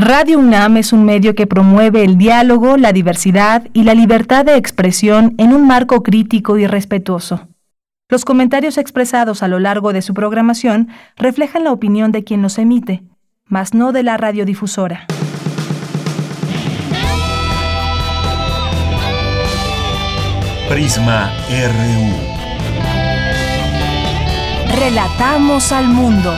Radio UNAM es un medio que promueve el diálogo, la diversidad y la libertad de expresión en un marco crítico y respetuoso. Los comentarios expresados a lo largo de su programación reflejan la opinión de quien los emite, mas no de la radiodifusora. Prisma RU. Relatamos al mundo.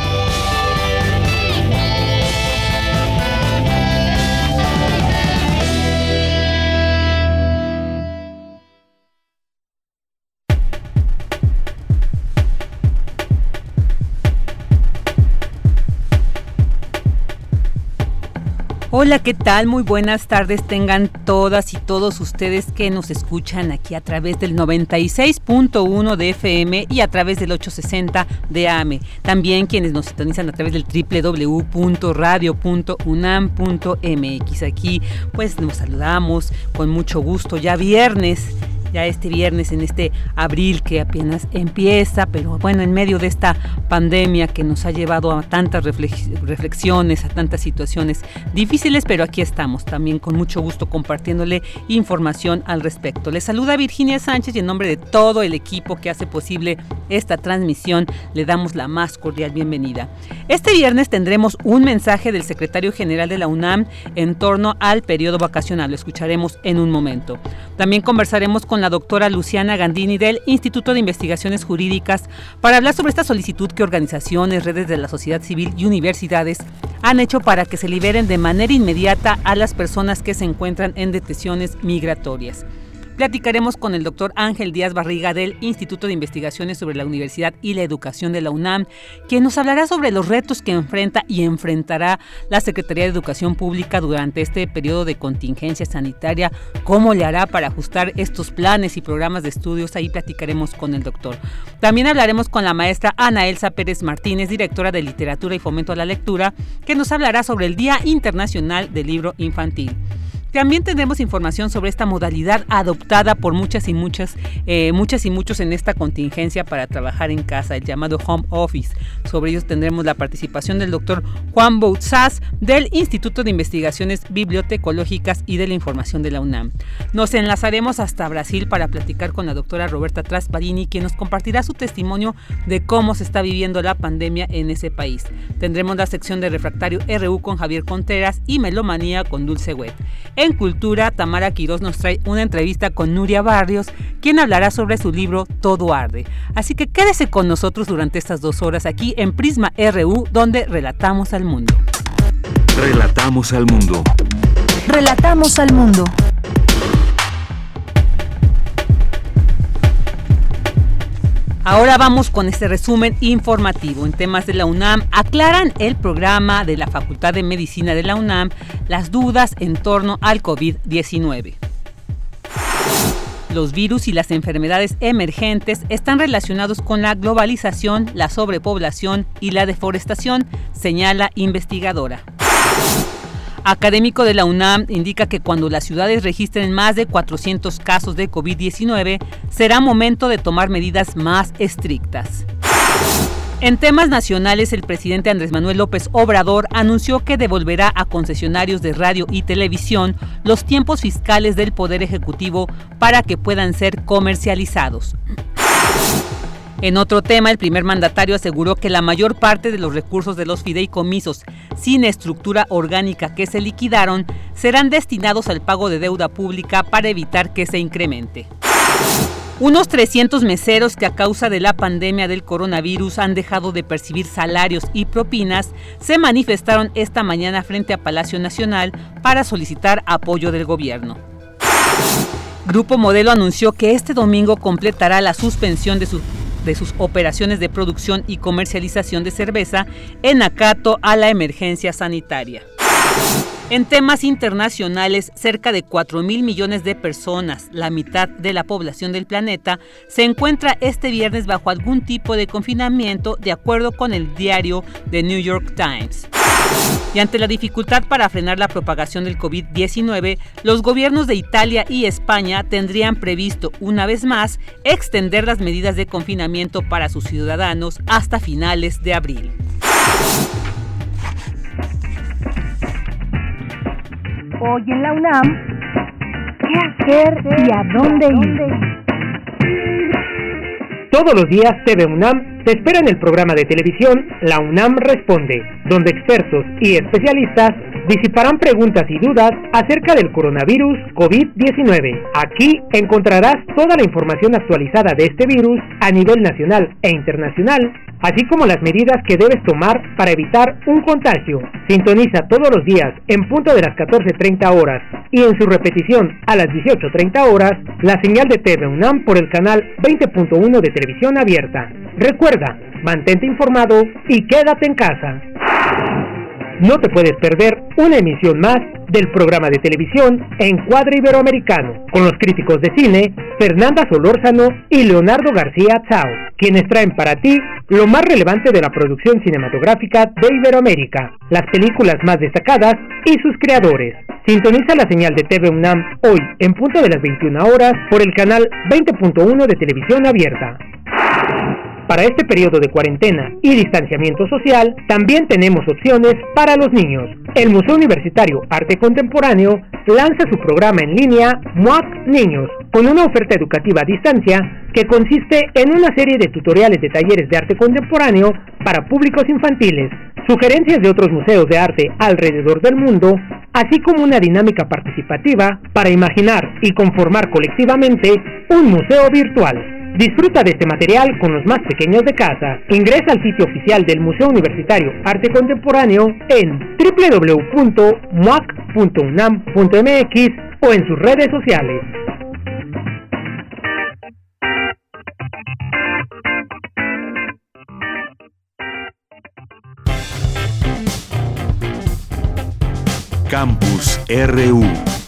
Hola, ¿qué tal? Muy buenas tardes tengan todas y todos ustedes que nos escuchan aquí a través del 96.1 de FM y a través del 860 de AM. También quienes nos sintonizan a través del www.radio.unam.mx. Aquí pues nos saludamos con mucho gusto, ya viernes. Ya este viernes, en este abril que apenas empieza, pero bueno, en medio de esta pandemia que nos ha llevado a tantas reflexiones, a tantas situaciones difíciles, pero aquí estamos también con mucho gusto compartiéndole información al respecto. Les saluda Virginia Sánchez y en nombre de todo el equipo que hace posible esta transmisión, le damos la más cordial bienvenida. Este viernes tendremos un mensaje del secretario general de la UNAM en torno al periodo vacacional, lo escucharemos en un momento. También conversaremos con la doctora Luciana Gandini del Instituto de Investigaciones Jurídicas para hablar sobre esta solicitud que organizaciones, redes de la sociedad civil y universidades han hecho para que se liberen de manera inmediata a las personas que se encuentran en detenciones migratorias. Platicaremos con el doctor Ángel Díaz Barriga del Instituto de Investigaciones sobre la Universidad y la Educación de la UNAM, quien nos hablará sobre los retos que enfrenta y enfrentará la Secretaría de Educación Pública durante este periodo de contingencia sanitaria, cómo le hará para ajustar estos planes y programas de estudios. Ahí platicaremos con el doctor. También hablaremos con la maestra Ana Elsa Pérez Martínez, directora de Literatura y Fomento a la Lectura, que nos hablará sobre el Día Internacional del Libro Infantil. También tendremos información sobre esta modalidad adoptada por muchas y muchos en esta contingencia para trabajar en casa, el llamado home office. Sobre ellos tendremos la participación del doctor Juan Boutzás del Instituto de Investigaciones Bibliotecológicas y de la Información de la UNAM. Nos enlazaremos hasta Brasil para platicar con la doctora Roberta Trasparini, quien nos compartirá su testimonio de cómo se está viviendo la pandemia en ese país. Tendremos la sección de Refractario RU con Javier Contreras y Melomanía con Dulce Wet. En Cultura, Tamara Quirós nos trae una entrevista con Nuria Barrios, quien hablará sobre su libro Todo Arde. Así que quédese con nosotros durante estas 2 horas aquí en Prisma RU, donde relatamos al mundo. Relatamos al mundo. Relatamos al mundo. Ahora vamos con este resumen informativo. En temas de la UNAM, aclaran el programa de la Facultad de Medicina de la UNAM las dudas en torno al COVID-19. Los virus y las enfermedades emergentes están relacionados con la globalización, la sobrepoblación y la deforestación, señala investigadora. Académico de la UNAM indica que cuando las ciudades registren más de 400 casos de COVID-19, será momento de tomar medidas más estrictas. En temas nacionales, el presidente Andrés Manuel López Obrador anunció que devolverá a concesionarios de radio y televisión los tiempos fiscales del Poder Ejecutivo para que puedan ser comercializados. En otro tema, el primer mandatario aseguró que la mayor parte de los recursos de los fideicomisos sin estructura orgánica que se liquidaron serán destinados al pago de deuda pública para evitar que se incremente. Unos 300 meseros que a causa de la pandemia del coronavirus han dejado de percibir salarios y propinas se manifestaron esta mañana frente a Palacio Nacional para solicitar apoyo del gobierno. Grupo Modelo anunció que este domingo completará la suspensión de sus operaciones de producción y comercialización de cerveza en acato a la emergencia sanitaria. En temas internacionales, cerca de 4,000 millones de personas, la mitad de la población del planeta, se encuentra este viernes bajo algún tipo de confinamiento, de acuerdo con el diario The New York Times. Y ante la dificultad para frenar la propagación del COVID-19, los gobiernos de Italia y España tendrían previsto, una vez más, extender las medidas de confinamiento para sus ciudadanos hasta finales de abril. Hoy en la UNAM, ¿qué hacer y a dónde ir? Todos los días TV UNAM te espera en el programa de televisión La UNAM Responde, donde expertos y especialistas disiparán preguntas y dudas acerca del coronavirus COVID-19. Aquí encontrarás toda la información actualizada de este virus a nivel nacional e internacional, así como las medidas que debes tomar para evitar un contagio. Sintoniza todos los días en punto de las 14:30 horas y en su repetición a las 18:30 horas la señal de TV UNAM por el canal 20.1 de televisión abierta. Recuerda, mantente informado y quédate en casa. No te puedes perder una emisión más del programa de televisión Encuadre Iberoamericano, con los críticos de cine Fernanda Solórzano y Leonardo García Tsao, quienes traen para ti lo más relevante de la producción cinematográfica de Iberoamérica, las películas más destacadas y sus creadores. Sintoniza la señal de TV UNAM hoy en punto de las 21 horas por el canal 20.1 de televisión abierta. Para este periodo de cuarentena y distanciamiento social, también tenemos opciones para los niños. El Museo Universitario Arte Contemporáneo lanza su programa en línea MUAC Niños, con una oferta educativa a distancia que consiste en una serie de tutoriales de talleres de arte contemporáneo para públicos infantiles, sugerencias de otros museos de arte alrededor del mundo, así como una dinámica participativa para imaginar y conformar colectivamente un museo virtual. Disfruta de este material con los más pequeños de casa. Ingresa al sitio oficial del Museo Universitario Arte Contemporáneo en www.muac.unam.mx o en sus redes sociales. Campus RU.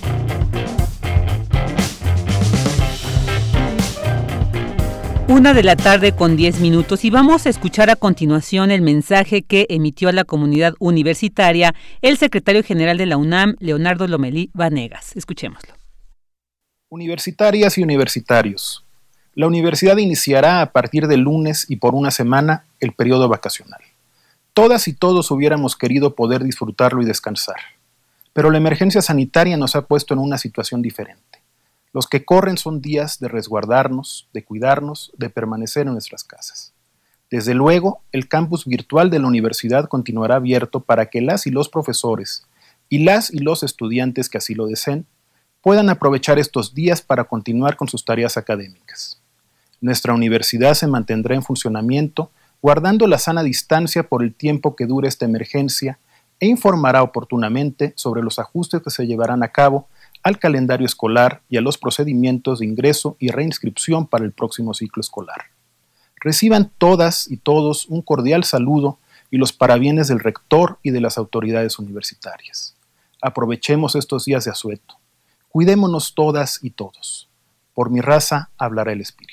Una de la tarde con 10 minutos y vamos a escuchar a continuación el mensaje que emitió a la comunidad universitaria el secretario general de la UNAM, Leonardo Lomelí Vanegas. Escuchémoslo. Universitarias y universitarios, la universidad iniciará a partir del lunes y por una semana el periodo vacacional. Todas y todos hubiéramos querido poder disfrutarlo y descansar, pero la emergencia sanitaria nos ha puesto en una situación diferente. Los que corren son días de resguardarnos, de cuidarnos, de permanecer en nuestras casas. Desde luego, el campus virtual de la universidad continuará abierto para que las y los profesores y las y los estudiantes que así lo deseen puedan aprovechar estos días para continuar con sus tareas académicas. Nuestra universidad se mantendrá en funcionamiento guardando la sana distancia por el tiempo que dure esta emergencia e informará oportunamente sobre los ajustes que se llevarán a cabo al calendario escolar y a los procedimientos de ingreso y reinscripción para el próximo ciclo escolar. Reciban todas y todos un cordial saludo y los parabienes del rector y de las autoridades universitarias. Aprovechemos estos días de asueto. Cuidémonos todas y todos. Por mi raza hablará el espíritu.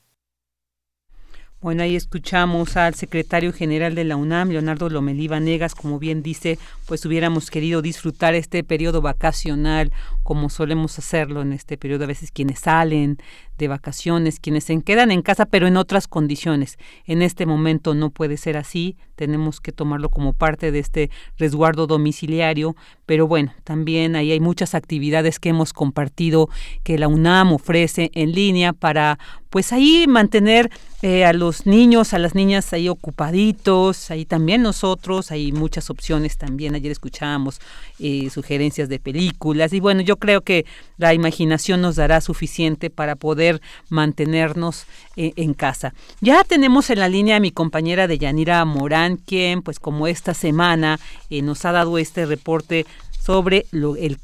Bueno, ahí escuchamos al secretario general de la UNAM, Leonardo Lomelí Vanegas. Como bien dice, pues hubiéramos querido disfrutar este periodo vacacional como solemos hacerlo en este periodo. A veces quienes salen de vacaciones, quienes se quedan en casa, pero en otras condiciones. En este momento no puede ser así, tenemos que tomarlo como parte de este resguardo domiciliario, pero bueno, también ahí hay muchas actividades que hemos compartido que la UNAM ofrece en línea para pues ahí mantener a los niños, a las niñas ahí ocupaditos, ahí también nosotros, hay muchas opciones también. Ayer escuchábamos sugerencias de películas y bueno, yo creo que la imaginación nos dará suficiente para poder mantenernos en casa. Ya tenemos en la línea a mi compañera Deyanira Morán, quien pues como esta semana nos ha dado este reporte sobre el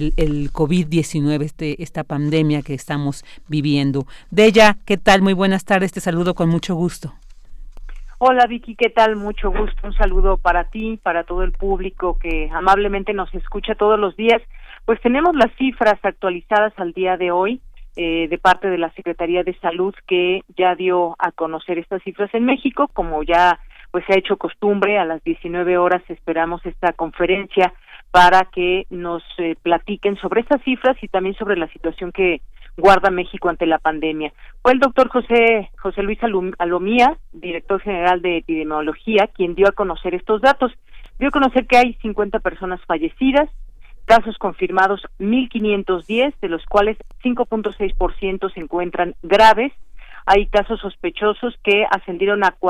COVID-19, esta pandemia que estamos viviendo. Deya, ¿qué tal? Muy buenas tardes, te saludo con mucho gusto. Hola Vicky, ¿qué tal? Mucho gusto, un saludo para ti, para todo el público que amablemente nos escucha todos los días. Pues tenemos las cifras actualizadas al día de hoy de parte de la Secretaría de Salud, que ya dio a conocer estas cifras en México. Como ya pues se ha hecho costumbre, a las 19 horas esperamos esta conferencia para que nos platiquen sobre estas cifras y también sobre la situación que guarda México ante la pandemia. Fue el doctor José Luis Alomía, director general de epidemiología, quien dio a conocer estos datos. Dio a conocer que hay 50 personas fallecidas, casos confirmados 1.510, de los cuales 5.6% se encuentran graves. Hay casos sospechosos que ascendieron a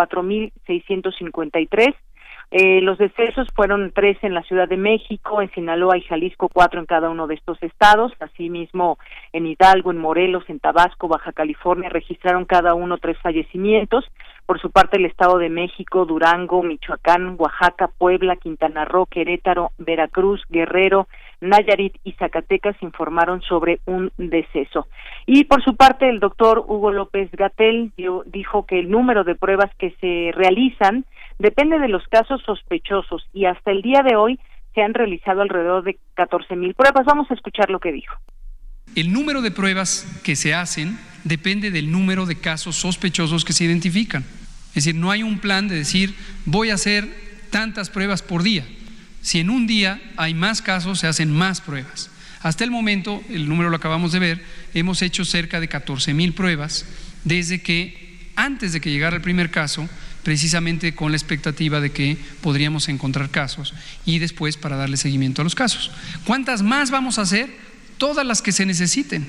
4.653. Los decesos fueron 3 en la Ciudad de México, en Sinaloa y Jalisco, 4 en cada uno de estos estados. Asimismo, en Hidalgo, en Morelos, en Tabasco, Baja California, registraron cada uno 3 fallecimientos. Por su parte, el Estado de México, Durango, Michoacán, Oaxaca, Puebla, Quintana Roo, Querétaro, Veracruz, Guerrero, Nayarit y Zacatecas informaron sobre un deceso. Y por su parte, el doctor Hugo López-Gatell dijo que el número de pruebas que se realizan depende de los casos sospechosos y hasta el día de hoy se han realizado alrededor de 14,000 pruebas. Vamos a escuchar lo que dijo. El número de pruebas que se hacen depende del número de casos sospechosos que se identifican. Es decir, no hay un plan de decir voy a hacer tantas pruebas por día. Si en un día hay más casos, se hacen más pruebas. Hasta el momento, el número lo acabamos de ver, hemos hecho cerca de 14,000 pruebas desde que, antes de que llegara el primer caso, precisamente con la expectativa de que podríamos encontrar casos y después para darle seguimiento a los casos. ¿Cuántas más vamos a hacer? Todas las que se necesiten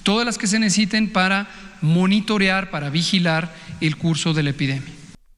para monitorear, para vigilar el curso de la epidemia.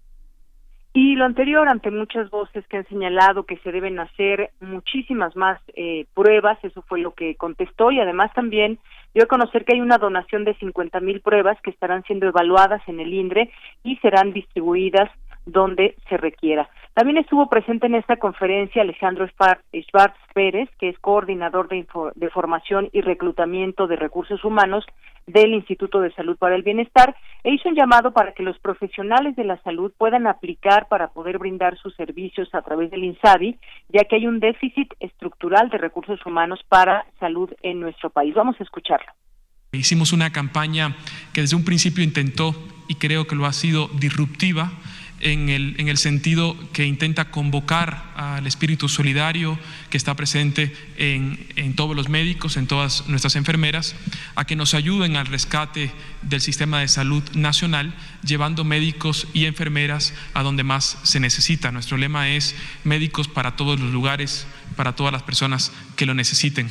Y lo anterior, ante muchas voces que han señalado que se deben hacer muchísimas más pruebas, eso fue lo que contestó, y además también dio a conocer que hay una donación de 50,000 pruebas que estarán siendo evaluadas en el INDRE y serán distribuidas donde se requiera. También estuvo presente en esta conferencia Alejandro Schwartz Pérez, que es coordinador de formación y reclutamiento de recursos humanos del Instituto de Salud para el Bienestar, e hizo un llamado para que los profesionales de la salud puedan aplicar para poder brindar sus servicios a través del INSABI, ya que hay un déficit estructural de recursos humanos para salud en nuestro país. Vamos a escucharlo. Hicimos una campaña que desde un principio intentó, y creo que lo ha sido, disruptiva, en el sentido que intenta convocar al espíritu solidario que está presente en todos los médicos, en todas nuestras enfermeras, a que nos ayuden al rescate del sistema de salud nacional, llevando médicos y enfermeras a donde más se necesita. Nuestro lema es médicos para todos los lugares, para todas las personas que lo necesiten.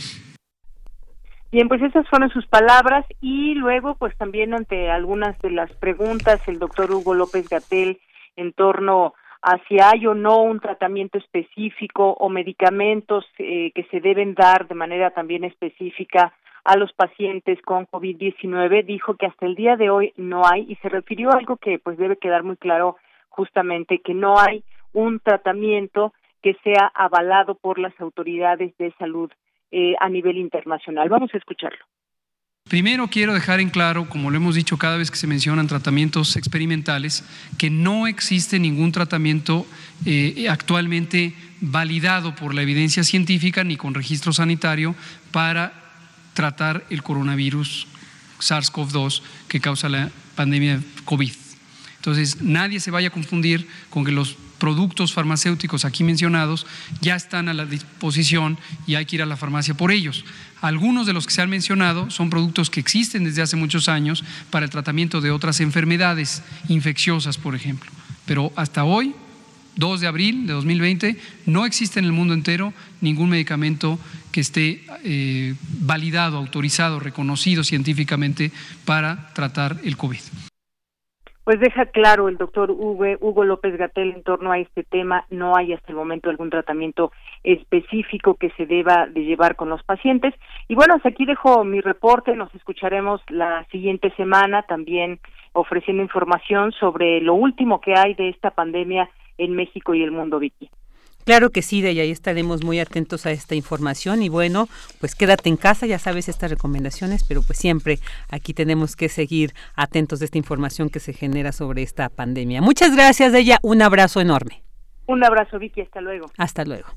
Bien, pues esas fueron sus palabras, y luego pues también ante algunas de las preguntas el doctor Hugo López-Gatell en torno a si hay o no un tratamiento específico o medicamentos que se deben dar de manera también específica a los pacientes con COVID-19, dijo que hasta el día de hoy no hay, y se refirió a algo que pues debe quedar muy claro, justamente que no hay un tratamiento que sea avalado por las autoridades de salud a nivel internacional. Vamos a escucharlo. Primero quiero dejar en claro, como lo hemos dicho cada vez que se mencionan tratamientos experimentales, que no existe ningún tratamiento actualmente validado por la evidencia científica ni con registro sanitario para tratar el coronavirus SARS-CoV-2 que causa la pandemia COVID. Entonces, nadie se vaya a confundir con que los productos farmacéuticos aquí mencionados ya están a la disposición y hay que ir a la farmacia por ellos. Algunos de los que se han mencionado son productos que existen desde hace muchos años para el tratamiento de otras enfermedades infecciosas, por ejemplo. Pero hasta hoy, 2 de abril de 2020, no existe en el mundo entero ningún medicamento que esté validado, autorizado, reconocido científicamente para tratar el COVID. Pues deja claro el doctor Hugo López-Gatell en torno a este tema, no hay hasta el momento algún tratamiento específico que se deba de llevar con los pacientes. Y bueno, hasta aquí dejo mi reporte, nos escucharemos la siguiente semana también ofreciendo información sobre lo último que hay de esta pandemia en México y el mundo, Vicky. Claro que sí, y ahí estaremos muy atentos a esta información, y bueno, pues quédate en casa, ya sabes estas recomendaciones, pero pues siempre aquí tenemos que seguir atentos de esta información que se genera sobre esta pandemia. Muchas gracias, Deya, un abrazo enorme. Un abrazo, Vicky, hasta luego. Hasta luego.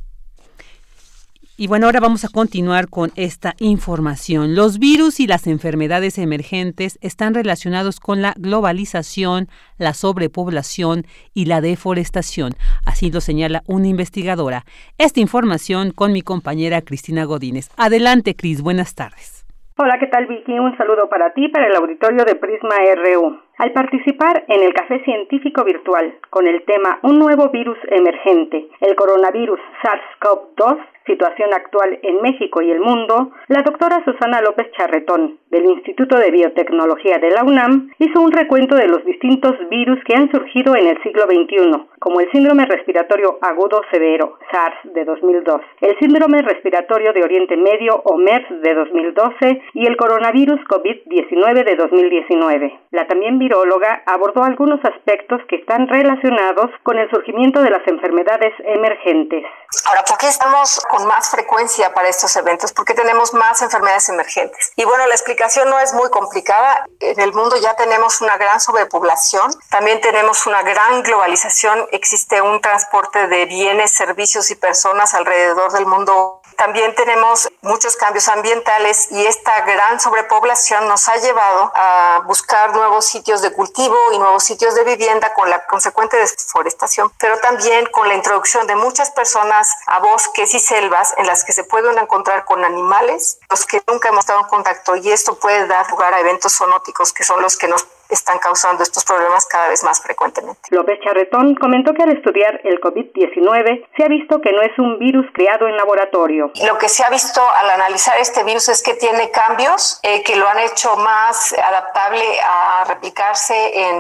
Y bueno, ahora vamos a continuar con esta información. Los virus y las enfermedades emergentes están relacionados con la globalización, la sobrepoblación y la deforestación. Así lo señala una investigadora. Esta información con mi compañera Cristina Godínez. Adelante, Cris, buenas tardes. Hola, ¿qué tal, Vicky? Un saludo para ti, para el auditorio de Prisma RU. Al participar en el Café Científico Virtual con el tema Un nuevo virus emergente, el coronavirus SARS-CoV-2, situación actual en México y el mundo, la doctora Susana López Charretón, del Instituto de Biotecnología de la UNAM, hizo un recuento de los distintos virus que han surgido en el siglo XXI, como el síndrome respiratorio agudo severo, SARS, de 2002, el síndrome respiratorio de Oriente Medio, o MERS, de 2012, y el coronavirus COVID-19 de 2019. La también viróloga abordó algunos aspectos que están relacionados con el surgimiento de las enfermedades emergentes. Ahora, ¿por qué estamos con más frecuencia para estos eventos? ¿Por qué tenemos más enfermedades emergentes? Y bueno, la explicación no es muy complicada. En el mundo ya tenemos una gran sobrepoblación, también tenemos una gran globalización, existe un transporte de bienes, servicios y personas alrededor del mundo. También tenemos muchos cambios ambientales y esta gran sobrepoblación nos ha llevado a buscar nuevos sitios de cultivo y nuevos sitios de vivienda con la consecuente deforestación, pero también con la introducción de muchas personas a bosques y selvas en las que se pueden encontrar con animales, los que nunca hemos estado en contacto, y esto puede dar lugar a eventos zoonóticos que son los que nos están causando estos problemas cada vez más frecuentemente. López Charretón comentó que al estudiar el COVID-19 se ha visto que no es un virus creado en laboratorio. Lo que se ha visto al analizar este virus es que tiene cambios que lo han hecho más adaptable a replicarse,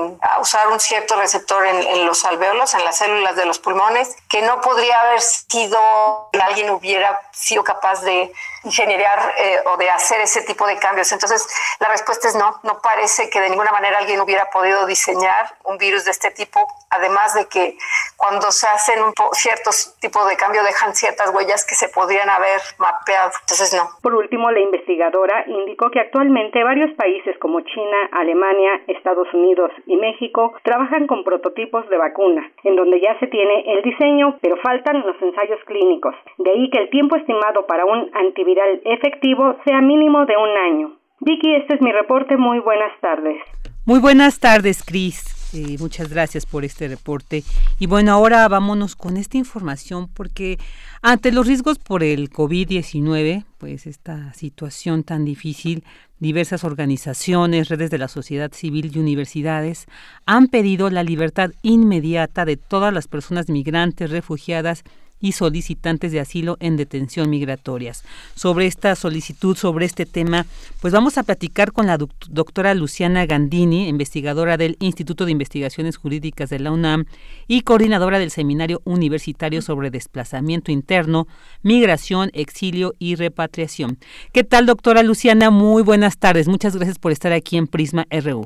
a usar un cierto receptor en los alvéolos, en las células de los pulmones, que no podría haber sido que alguien hubiera sido capaz de generar o de hacer ese tipo de cambios. Entonces, la respuesta es no parece que de ninguna manera alguien hubiera podido diseñar un virus de este tipo, además de que cuando se hacen ciertos tipos de cambio dejan ciertas huellas que se podrían haber mapeado. Entonces, no. Por último, la investigadora indicó que actualmente varios países como China, Alemania, Estados Unidos y México trabajan con prototipos de vacuna, en donde ya se tiene el diseño, pero faltan los ensayos clínicos. De ahí que el tiempo estimado para un antiviral efectivo sea mínimo de 1 año. Vicky, este es mi reporte. Muy buenas tardes. Muy buenas tardes, Cris. Muchas gracias por este reporte. Y bueno, ahora vámonos con esta información, porque ante los riesgos por el COVID-19, pues esta situación tan difícil, diversas organizaciones, redes de la sociedad civil y universidades han pedido la libertad inmediata de todas las personas migrantes, refugiadas y solicitantes de asilo en detención migratorias. Sobre esta solicitud, sobre este tema, pues vamos a platicar con la doctora Luciana Gandini, investigadora del Instituto de Investigaciones Jurídicas de la UNAM y coordinadora del Seminario Universitario sobre Desplazamiento Interno, Migración, Exilio y Repatriación. ¿Qué tal, doctora Luciana? Muy buenas tardes. Muchas gracias por estar aquí en Prisma RU.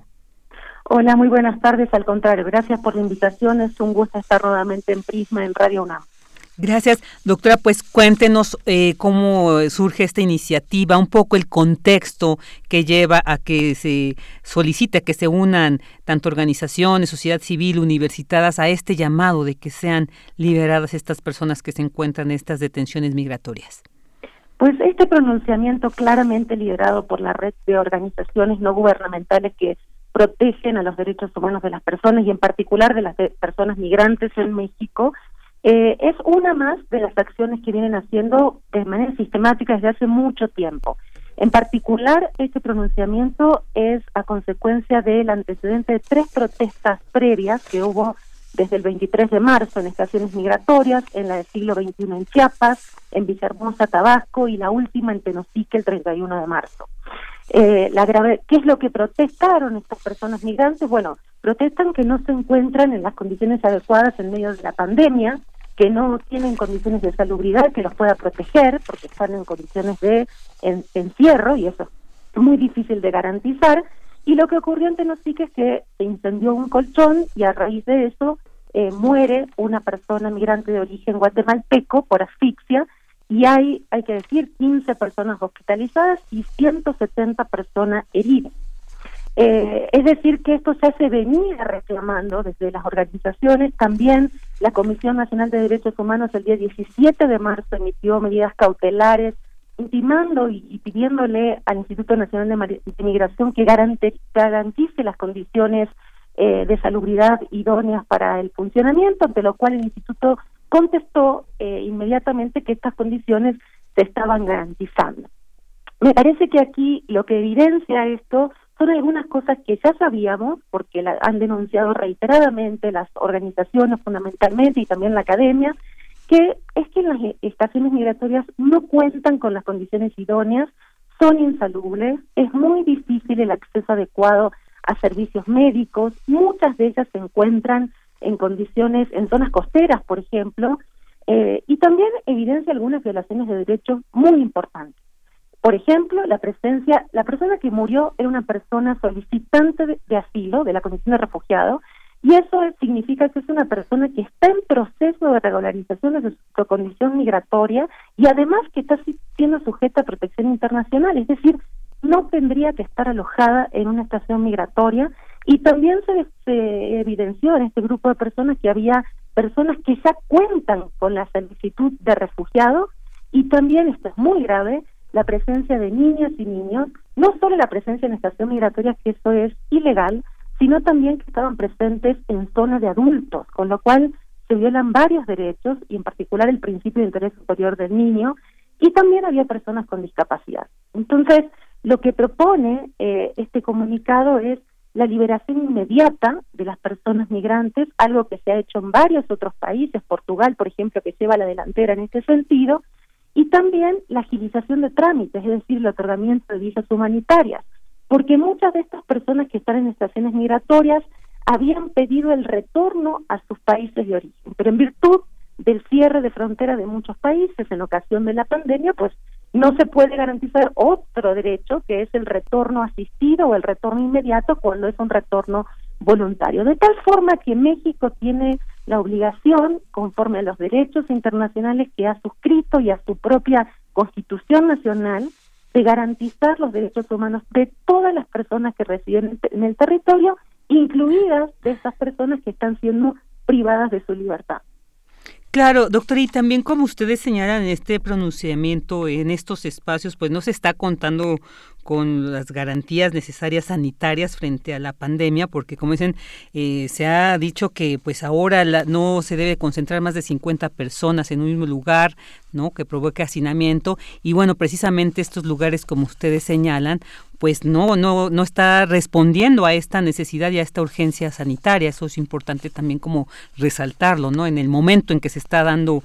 Hola, muy buenas tardes. Al contrario, gracias por la invitación. Es un gusto estar nuevamente en Prisma, en Radio UNAM. Gracias, doctora. Pues cuéntenos cómo surge esta iniciativa, un poco el contexto que lleva a que se solicite que se unan tanto organizaciones, sociedad civil, universidades a este llamado de que sean liberadas estas personas que se encuentran en estas detenciones migratorias. Pues este pronunciamiento claramente liderado por la red de organizaciones no gubernamentales que protegen a los derechos humanos de las personas y en particular de las personas migrantes en México, es una más de las acciones que vienen haciendo de manera sistemática desde hace mucho tiempo. En particular, este pronunciamiento es a consecuencia del antecedente de 3 protestas previas que hubo desde el 23 de marzo en estaciones migratorias, en la del siglo XXI en Chiapas, en Villahermosa, Tabasco, y la última en Tenosique el 31 de marzo. ¿Qué es lo que protestaron estas personas migrantes? Bueno, protestan que no se encuentran en las condiciones adecuadas en medio de la pandemia, que no tienen condiciones de salubridad que los pueda proteger, porque están en condiciones de encierro, y eso es muy difícil de garantizar. Y lo que ocurrió en Tenosique es que se incendió un colchón y a raíz de eso muere una persona migrante de origen guatemalteco por asfixia, y hay que decir, 15 personas hospitalizadas y 170 personas heridas. Es decir, que esto ya se venía reclamando desde las organizaciones. También la Comisión Nacional de Derechos Humanos el día 17 de marzo emitió medidas cautelares intimando y pidiéndole al Instituto Nacional de Migración que garantice las condiciones de salubridad idóneas para el funcionamiento, ante lo cual el Instituto contestó inmediatamente que estas condiciones se estaban garantizando. Me parece que aquí lo que evidencia esto son algunas cosas que ya sabíamos, porque han denunciado reiteradamente las organizaciones fundamentalmente y también la academia, que es que las estaciones migratorias no cuentan con las condiciones idóneas, son insalubres, es muy difícil el acceso adecuado a servicios médicos, muchas de ellas se encuentran en condiciones, en zonas costeras, por ejemplo, y también evidencia algunas violaciones de derechos muy importantes. Por ejemplo, la persona que murió era una persona solicitante de asilo, de la condición de refugiado, y eso significa que es una persona que está en proceso de regularización de su condición migratoria y además que está siendo sujeta a protección internacional, es decir, no tendría que estar alojada en una estación migratoria. Y también se evidenció en este grupo de personas que había personas que ya cuentan con la solicitud de refugiado y también, esto es muy grave, la presencia de niñas y niños, no solo la presencia en estación migratoria, que eso es ilegal, sino también que estaban presentes en zonas de adultos, con lo cual se violan varios derechos, y en particular el principio de interés superior del niño, y también había personas con discapacidad. Entonces, lo que propone este comunicado es la liberación inmediata de las personas migrantes, algo que se ha hecho en varios otros países, Portugal, por ejemplo, que lleva la delantera en este sentido, y también la agilización de trámites, es decir, el otorgamiento de visas humanitarias, porque muchas de estas personas que están en estaciones migratorias habían pedido el retorno a sus países de origen, pero en virtud del cierre de frontera de muchos países en ocasión de la pandemia, pues no se puede garantizar otro derecho, que es el retorno asistido o el retorno inmediato cuando es un retorno voluntario. De tal forma que México tiene la obligación, conforme a los derechos internacionales que ha suscrito y a su propia Constitución Nacional, de garantizar los derechos humanos de todas las personas que residen en el territorio, incluidas de esas personas que están siendo privadas de su libertad. Claro, doctora, y también como ustedes señalan en este pronunciamiento, en estos espacios, pues no se está contando con las garantías necesarias sanitarias frente a la pandemia, porque como dicen, se ha dicho que pues ahora no se debe concentrar más de 50 personas en un mismo lugar, ¿no?, que provoque hacinamiento, y bueno, precisamente estos lugares, como ustedes señalan, pues no está respondiendo a esta necesidad y a esta urgencia sanitaria. Eso es importante también como resaltarlo, ¿no?, en el momento en que se está dando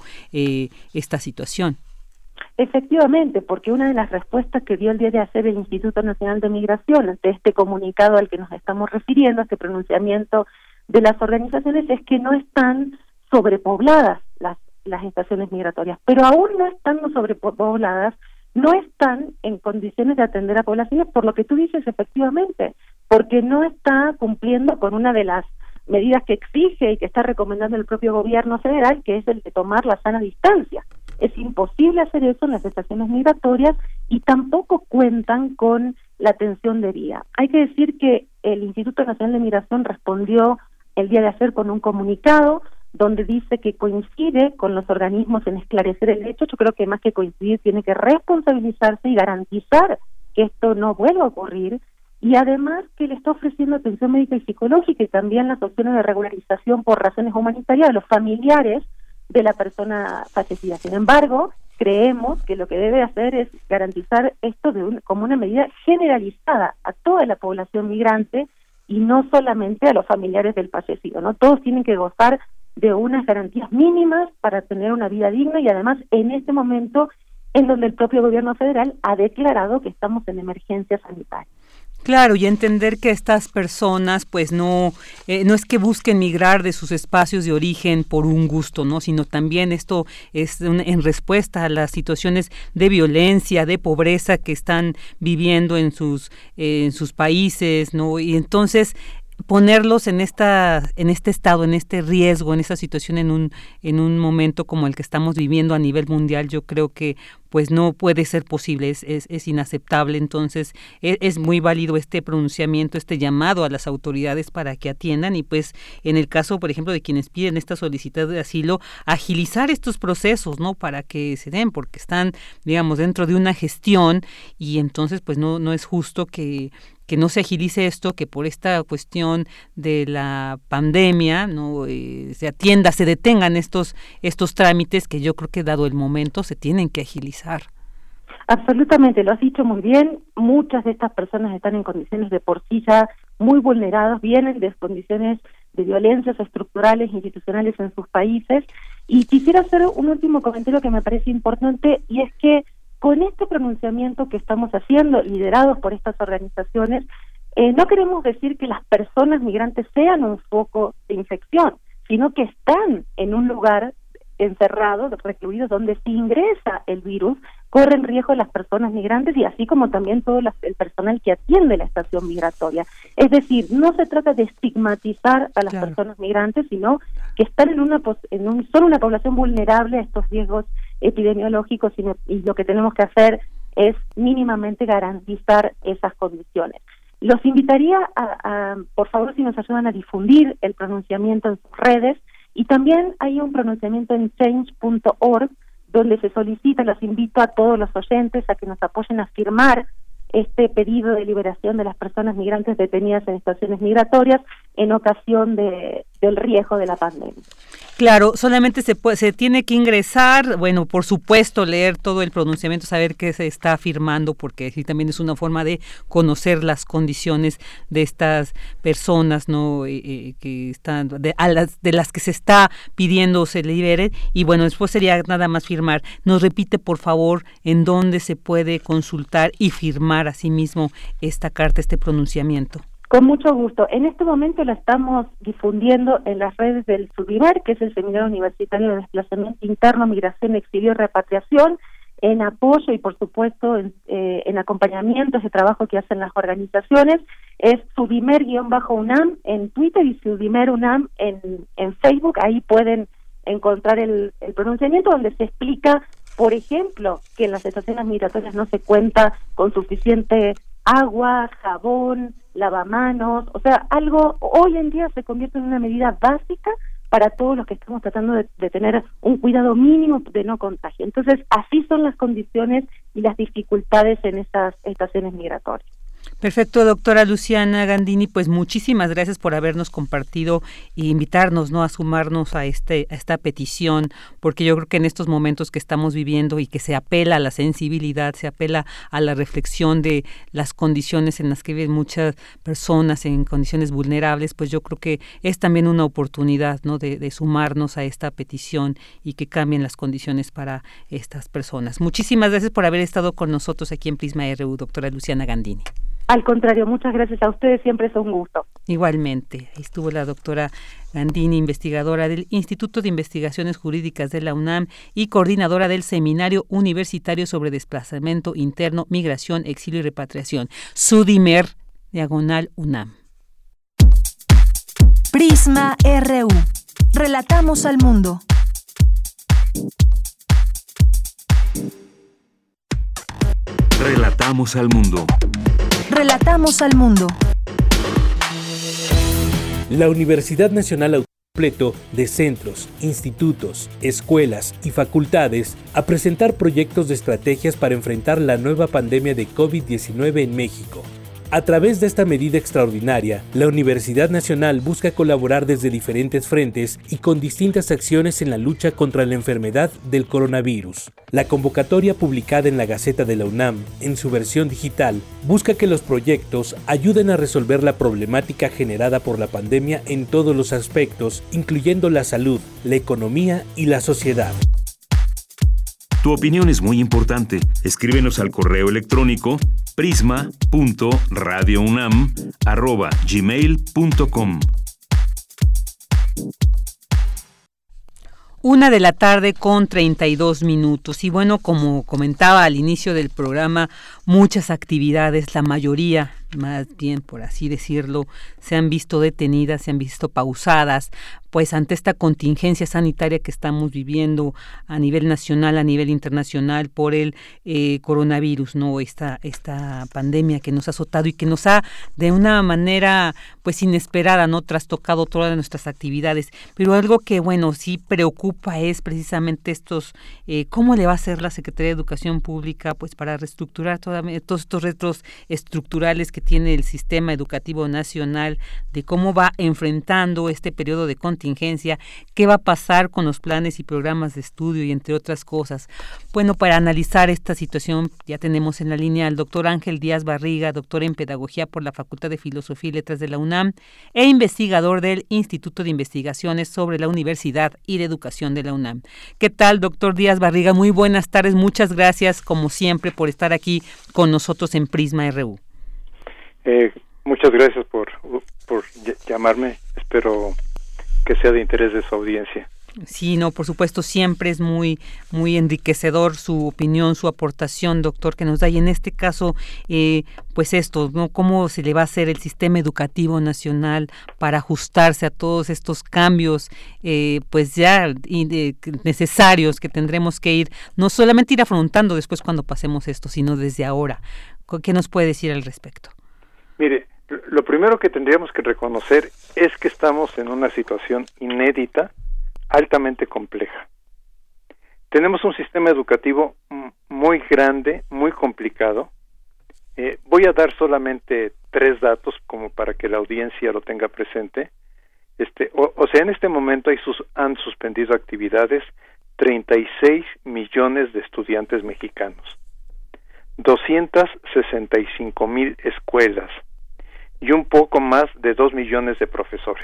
esta situación. Efectivamente, porque una de las respuestas que dio el día de ayer el Instituto Nacional de Migración ante este comunicado al que nos estamos refiriendo, este pronunciamiento de las organizaciones, es que no están sobrepobladas las estaciones migratorias, pero aún no estando sobrepobladas, no están en condiciones de atender a poblaciones, por lo que tú dices, efectivamente, porque no está cumpliendo con una de las medidas que exige y que está recomendando el propio gobierno federal, que es el de tomar la sana distancia. Es imposible hacer eso en las estaciones migratorias y tampoco cuentan con la atención debida. Hay que decir que el Instituto Nacional de Migración respondió el día de ayer con un comunicado donde dice que coincide con los organismos en esclarecer el hecho. Yo creo que más que coincidir tiene que responsabilizarse y garantizar que esto no vuelva a ocurrir, y además que le está ofreciendo atención médica y psicológica y también las opciones de regularización por razones humanitarias a los familiares de la persona fallecida. Sin embargo, creemos que lo que debe hacer es garantizar esto como una medida generalizada a toda la población migrante y no solamente a los familiares del fallecido, ¿no? Todos tienen que gozar de unas garantías mínimas para tener una vida digna, y además en este momento en donde el propio gobierno federal ha declarado que estamos en emergencia sanitaria. Claro, y entender que estas personas pues no es que busquen migrar de sus espacios de origen por un gusto, ¿no?, sino también esto es en respuesta a las situaciones de violencia, de pobreza que están viviendo en sus países, ¿no? Y entonces ponerlos en este estado, en este riesgo, en esta situación, en un momento como el que estamos viviendo a nivel mundial, yo creo que pues no puede ser posible, es inaceptable. Entonces es muy válido este pronunciamiento, este llamado a las autoridades para que atiendan, y pues en el caso, por ejemplo, de quienes piden esta solicitud de asilo, agilizar estos procesos, ¿no?, para que se den, porque están, digamos, dentro de una gestión, y entonces pues no es justo que no se agilice esto, que por esta cuestión de la pandemia no se detengan estos trámites que yo creo que dado el momento se tienen que agilizar. Absolutamente, lo has dicho muy bien. Muchas de estas personas están en condiciones de por sí ya muy vulneradas, vienen de condiciones de violencias estructurales, institucionales en sus países, Y quisiera hacer un último comentario que me parece importante, y es que con este pronunciamiento que estamos haciendo, liderados por estas organizaciones, no queremos decir que las personas migrantes sean un foco de infección, sino que están en un lugar encerrados, recluidos, donde si ingresa el virus, corren riesgo las personas migrantes y así como también todo el personal que atiende la estación migratoria. Es decir, no se trata de estigmatizar a las personas migrantes, sino que están son una población vulnerable a estos riesgos epidemiológicos y lo que tenemos que hacer es mínimamente garantizar esas condiciones. Los invitaría a por favor, si nos ayudan a difundir el pronunciamiento en sus redes, y también hay un pronunciamiento en change.org donde se solicita, los invito a todos los oyentes a que nos apoyen a firmar este pedido de liberación de las personas migrantes detenidas en estaciones migratorias en ocasión del riesgo de la pandemia. Claro, solamente se tiene que ingresar, bueno, por supuesto, leer todo el pronunciamiento, saber qué se está firmando, porque sí también es una forma de conocer las condiciones de estas personas, ¿no? Que están de las que se está pidiendo se liberen, y bueno, después sería nada más firmar. Nos repite, por favor, en dónde se puede consultar y firmar asimismo esta carta, este pronunciamiento. Con mucho gusto. En este momento la estamos difundiendo en las redes del SUDIMER, que es el Seminario Universitario de Desplazamiento Interno, Migración, Exilio y Repatriación, en apoyo y por supuesto en acompañamiento a ese trabajo que hacen las organizaciones. Es SUDIMER-UNAM en Twitter y SUDIMER-UNAM en Facebook. Ahí pueden encontrar el pronunciamiento donde se explica, por ejemplo, que en las estaciones migratorias no se cuenta con suficiente agua, jabón, lavamanos, o sea, algo hoy en día se convierte en una medida básica para todos los que estamos tratando de tener un cuidado mínimo de no contagio. Entonces, así son las condiciones y las dificultades en estas estaciones migratorias. Perfecto, doctora Luciana Gandini, pues muchísimas gracias por habernos compartido e invitarnos, ¿no?, a sumarnos a esta petición, porque yo creo que en estos momentos que estamos viviendo y que se apela a la sensibilidad, se apela a la reflexión de las condiciones en las que viven muchas personas en condiciones vulnerables, pues yo creo que es también una oportunidad, ¿no?, de sumarnos a esta petición y que cambien las condiciones para estas personas. Muchísimas gracias por haber estado con nosotros aquí en Prisma RU, doctora Luciana Gandini. Al contrario, muchas gracias a ustedes, siempre es un gusto. Igualmente, ahí estuvo la doctora Gandini, investigadora del Instituto de Investigaciones Jurídicas de la UNAM y coordinadora del Seminario Universitario sobre Desplazamiento Interno, Migración, Exilio y Repatriación, SUDIMER/UNAM. Prisma RU. Relatamos al mundo. Relatamos al mundo. Relatamos al mundo. La Universidad Nacional Autónoma completo de centros, institutos, escuelas y facultades a presentar proyectos de estrategias para enfrentar la nueva pandemia de COVID-19 en México. A través de esta medida extraordinaria, la Universidad Nacional busca colaborar desde diferentes frentes y con distintas acciones en la lucha contra la enfermedad del coronavirus. La convocatoria publicada en la Gaceta de la UNAM, en su versión digital, busca que los proyectos ayuden a resolver la problemática generada por la pandemia en todos los aspectos, incluyendo la salud, la economía y la sociedad. Tu opinión es muy importante. Escríbenos al correo electrónico prisma.radiounam@gmail.com. 1:32 p.m. Y bueno, como comentaba al inicio del programa, muchas actividades, la mayoría, más bien por así decirlo, se han visto detenidas, se han visto pausadas, pues ante esta contingencia sanitaria que estamos viviendo a nivel nacional, a nivel internacional por el coronavirus, ¿no? Esta pandemia que nos ha azotado y que nos ha de una manera pues inesperada, ¿no?, trastocado todas nuestras actividades. Pero algo que bueno sí preocupa es precisamente cómo le va a hacer la Secretaría de Educación Pública pues para reestructurar todos estos retos estructurales que que tiene el sistema educativo nacional, de cómo va enfrentando este periodo de contingencia, qué va a pasar con los planes y programas de estudio y entre otras cosas. Bueno, para analizar esta situación ya tenemos en la línea al doctor Ángel Díaz Barriga, doctor en Pedagogía por la Facultad de Filosofía y Letras de la UNAM e investigador del Instituto de Investigaciones sobre la Universidad y la Educación de la UNAM. ¿Qué tal, doctor Díaz Barriga? Muy buenas tardes, muchas gracias como siempre por estar aquí con nosotros en Prisma RU. Muchas gracias por llamarme, espero que sea de interés de su audiencia. Sí, no, por supuesto, siempre es muy enriquecedor su opinión, su aportación, doctor, que nos da. Y en este caso, pues esto, ¿no? ¿Cómo se le va a hacer el sistema educativo nacional para ajustarse a todos estos cambios, pues ya necesarios que tendremos que ir, no solamente ir afrontando después cuando pasemos esto, sino desde ahora? ¿Qué nos puede decir al respecto? Mire, lo primero que tendríamos que reconocer es que estamos en una situación inédita, altamente compleja. Tenemos un sistema educativo muy grande, muy complicado. Voy a dar solamente 3 datos como para que la audiencia lo tenga presente. O sea, en este momento han suspendido actividades 36 millones de estudiantes mexicanos, 265,000 escuelas y un poco más de 2 millones de profesores.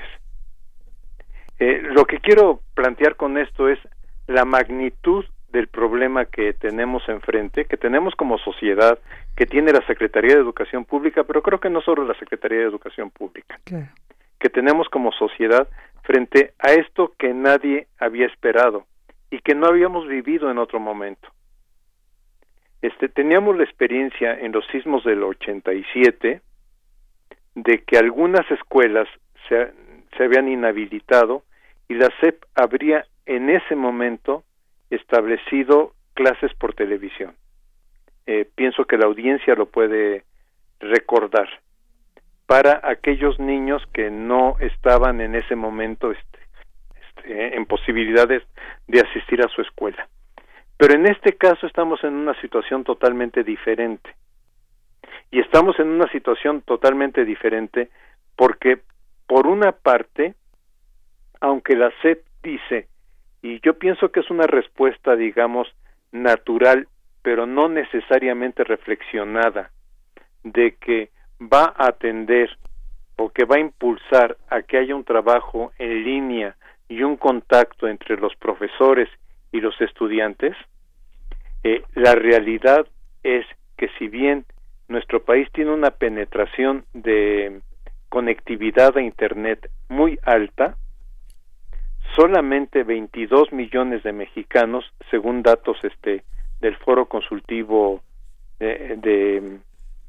Lo que quiero plantear con esto es la magnitud del problema que tenemos enfrente, que tenemos como sociedad, que tiene la Secretaría de Educación Pública, pero creo que no solo la Secretaría de Educación Pública, claro, que tenemos como sociedad frente a esto que nadie había esperado y que no habíamos vivido en otro momento. Teníamos la experiencia en los sismos del 87 de que algunas escuelas se habían inhabilitado y la SEP habría en ese momento establecido clases por televisión. Pienso que la audiencia lo puede recordar, para aquellos niños que no estaban en ese momento en posibilidades de asistir a su escuela. Pero en este caso estamos en una situación totalmente diferente. Y estamos en una situación totalmente diferente porque, por una parte, aunque la SEP dice, y yo pienso que es una respuesta, digamos, natural, pero no necesariamente reflexionada, de que va a atender o que va a impulsar a que haya un trabajo en línea y un contacto entre los profesores y los estudiantes, la realidad es que si bien nuestro país tiene una penetración de conectividad a Internet muy alta, solamente 22 millones de mexicanos, según datos del Foro Consultivo del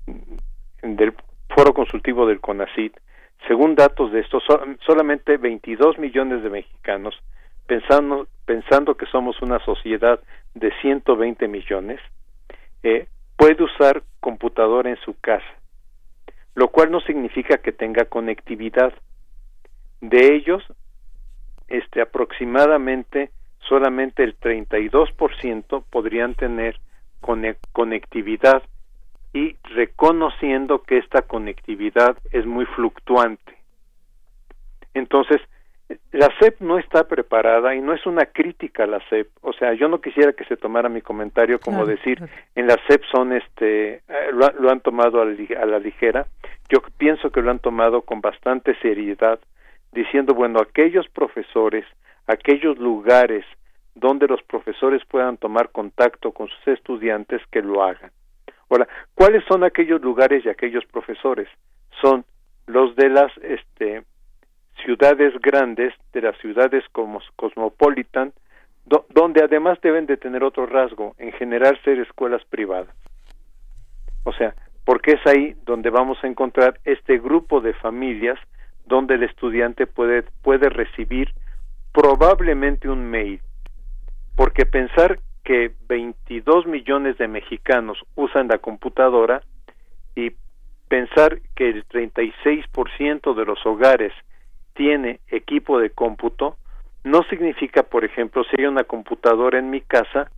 Foro Consultivo del CONACYT, según datos de estos, solamente 22 millones de mexicanos, pensando que somos una sociedad de 120 millones, puede usar computadora en su casa, lo cual no significa que tenga conectividad. De ellos, aproximadamente solamente el 32% podrían tener conectividad, y reconociendo que esta conectividad es muy fluctuante. Entonces, la SEP no está preparada, y no es una crítica a la SEP. O sea, yo no quisiera que se tomara mi comentario como decir, en la SEP son lo han tomado a la ligera. Yo pienso que lo han tomado con bastante seriedad, diciendo, bueno, aquellos profesores, aquellos lugares donde los profesores puedan tomar contacto con sus estudiantes, que lo hagan. Ahora, ¿cuáles son aquellos lugares y aquellos profesores? Son los de las ciudades grandes, de las ciudades como cosmopolitan, donde además deben de tener otro rasgo, en general ser escuelas privadas. O sea, porque es ahí donde vamos a encontrar este grupo de familias donde el estudiante puede recibir probablemente un mail, porque pensar que 22 millones de mexicanos usan la computadora y pensar que el 36% de los hogares tiene equipo de cómputo, no significa, por ejemplo, si hay una computadora en mi casa,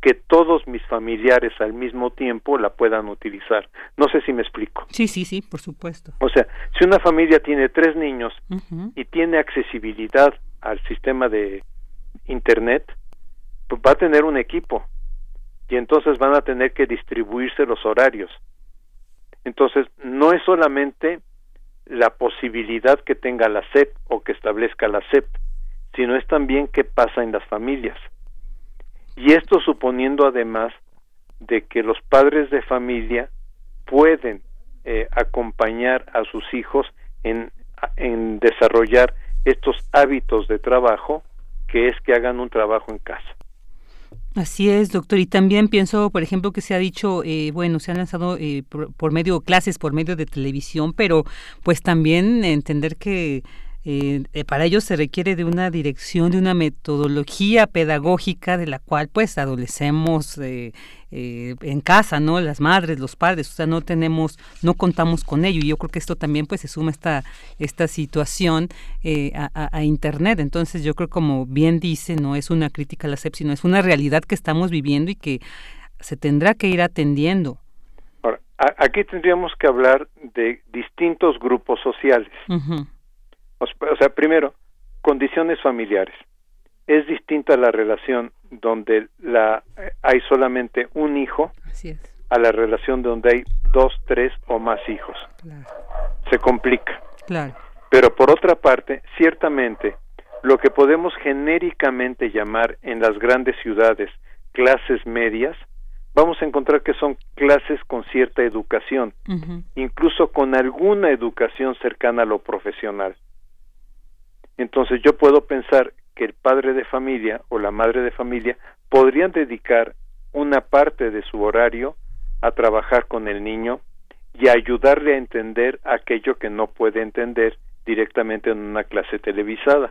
que todos mis familiares al mismo tiempo la puedan utilizar. No sé si me explico. Sí, por supuesto. O sea, si una familia tiene 3 niños y tiene accesibilidad al sistema de Internet, pues va a tener un equipo y entonces van a tener que distribuirse los horarios. Entonces, no es solamente la posibilidad que tenga la SEP o que establezca la SEP, sino es también qué pasa en las familias. Y esto suponiendo además de que los padres de familia pueden acompañar a sus hijos en desarrollar estos hábitos de trabajo, que es que hagan un trabajo en casa. Así es, doctor. Y también pienso, por ejemplo, que se ha dicho, se han lanzado por medio clases, por medio de televisión, pero pues también entender que para ello se requiere de una dirección, de una metodología pedagógica de la cual pues adolecemos en casa, ¿no? Las madres, los padres, o sea, no contamos con ello, y yo creo que esto también pues se suma esta situación a Internet. Entonces yo creo, como bien dice, no es una crítica a la SEP, sino es una realidad que estamos viviendo y que se tendrá que ir atendiendo. Ahora, aquí tendríamos que hablar de distintos grupos sociales. Uh-huh. O sea, primero, condiciones familiares. Es distinta la relación donde hay solamente un hijo. Así es. A la relación donde hay 2, 3 o más hijos. Claro. Se complica. Claro. Pero por otra parte, ciertamente, lo que podemos genéricamente llamar en las grandes ciudades clases medias, vamos a encontrar que son clases con cierta educación, uh-huh, incluso con alguna educación cercana a lo profesional. Entonces yo puedo pensar que el padre de familia o la madre de familia podrían dedicar una parte de su horario a trabajar con el niño y a ayudarle a entender aquello que no puede entender directamente en una clase televisada.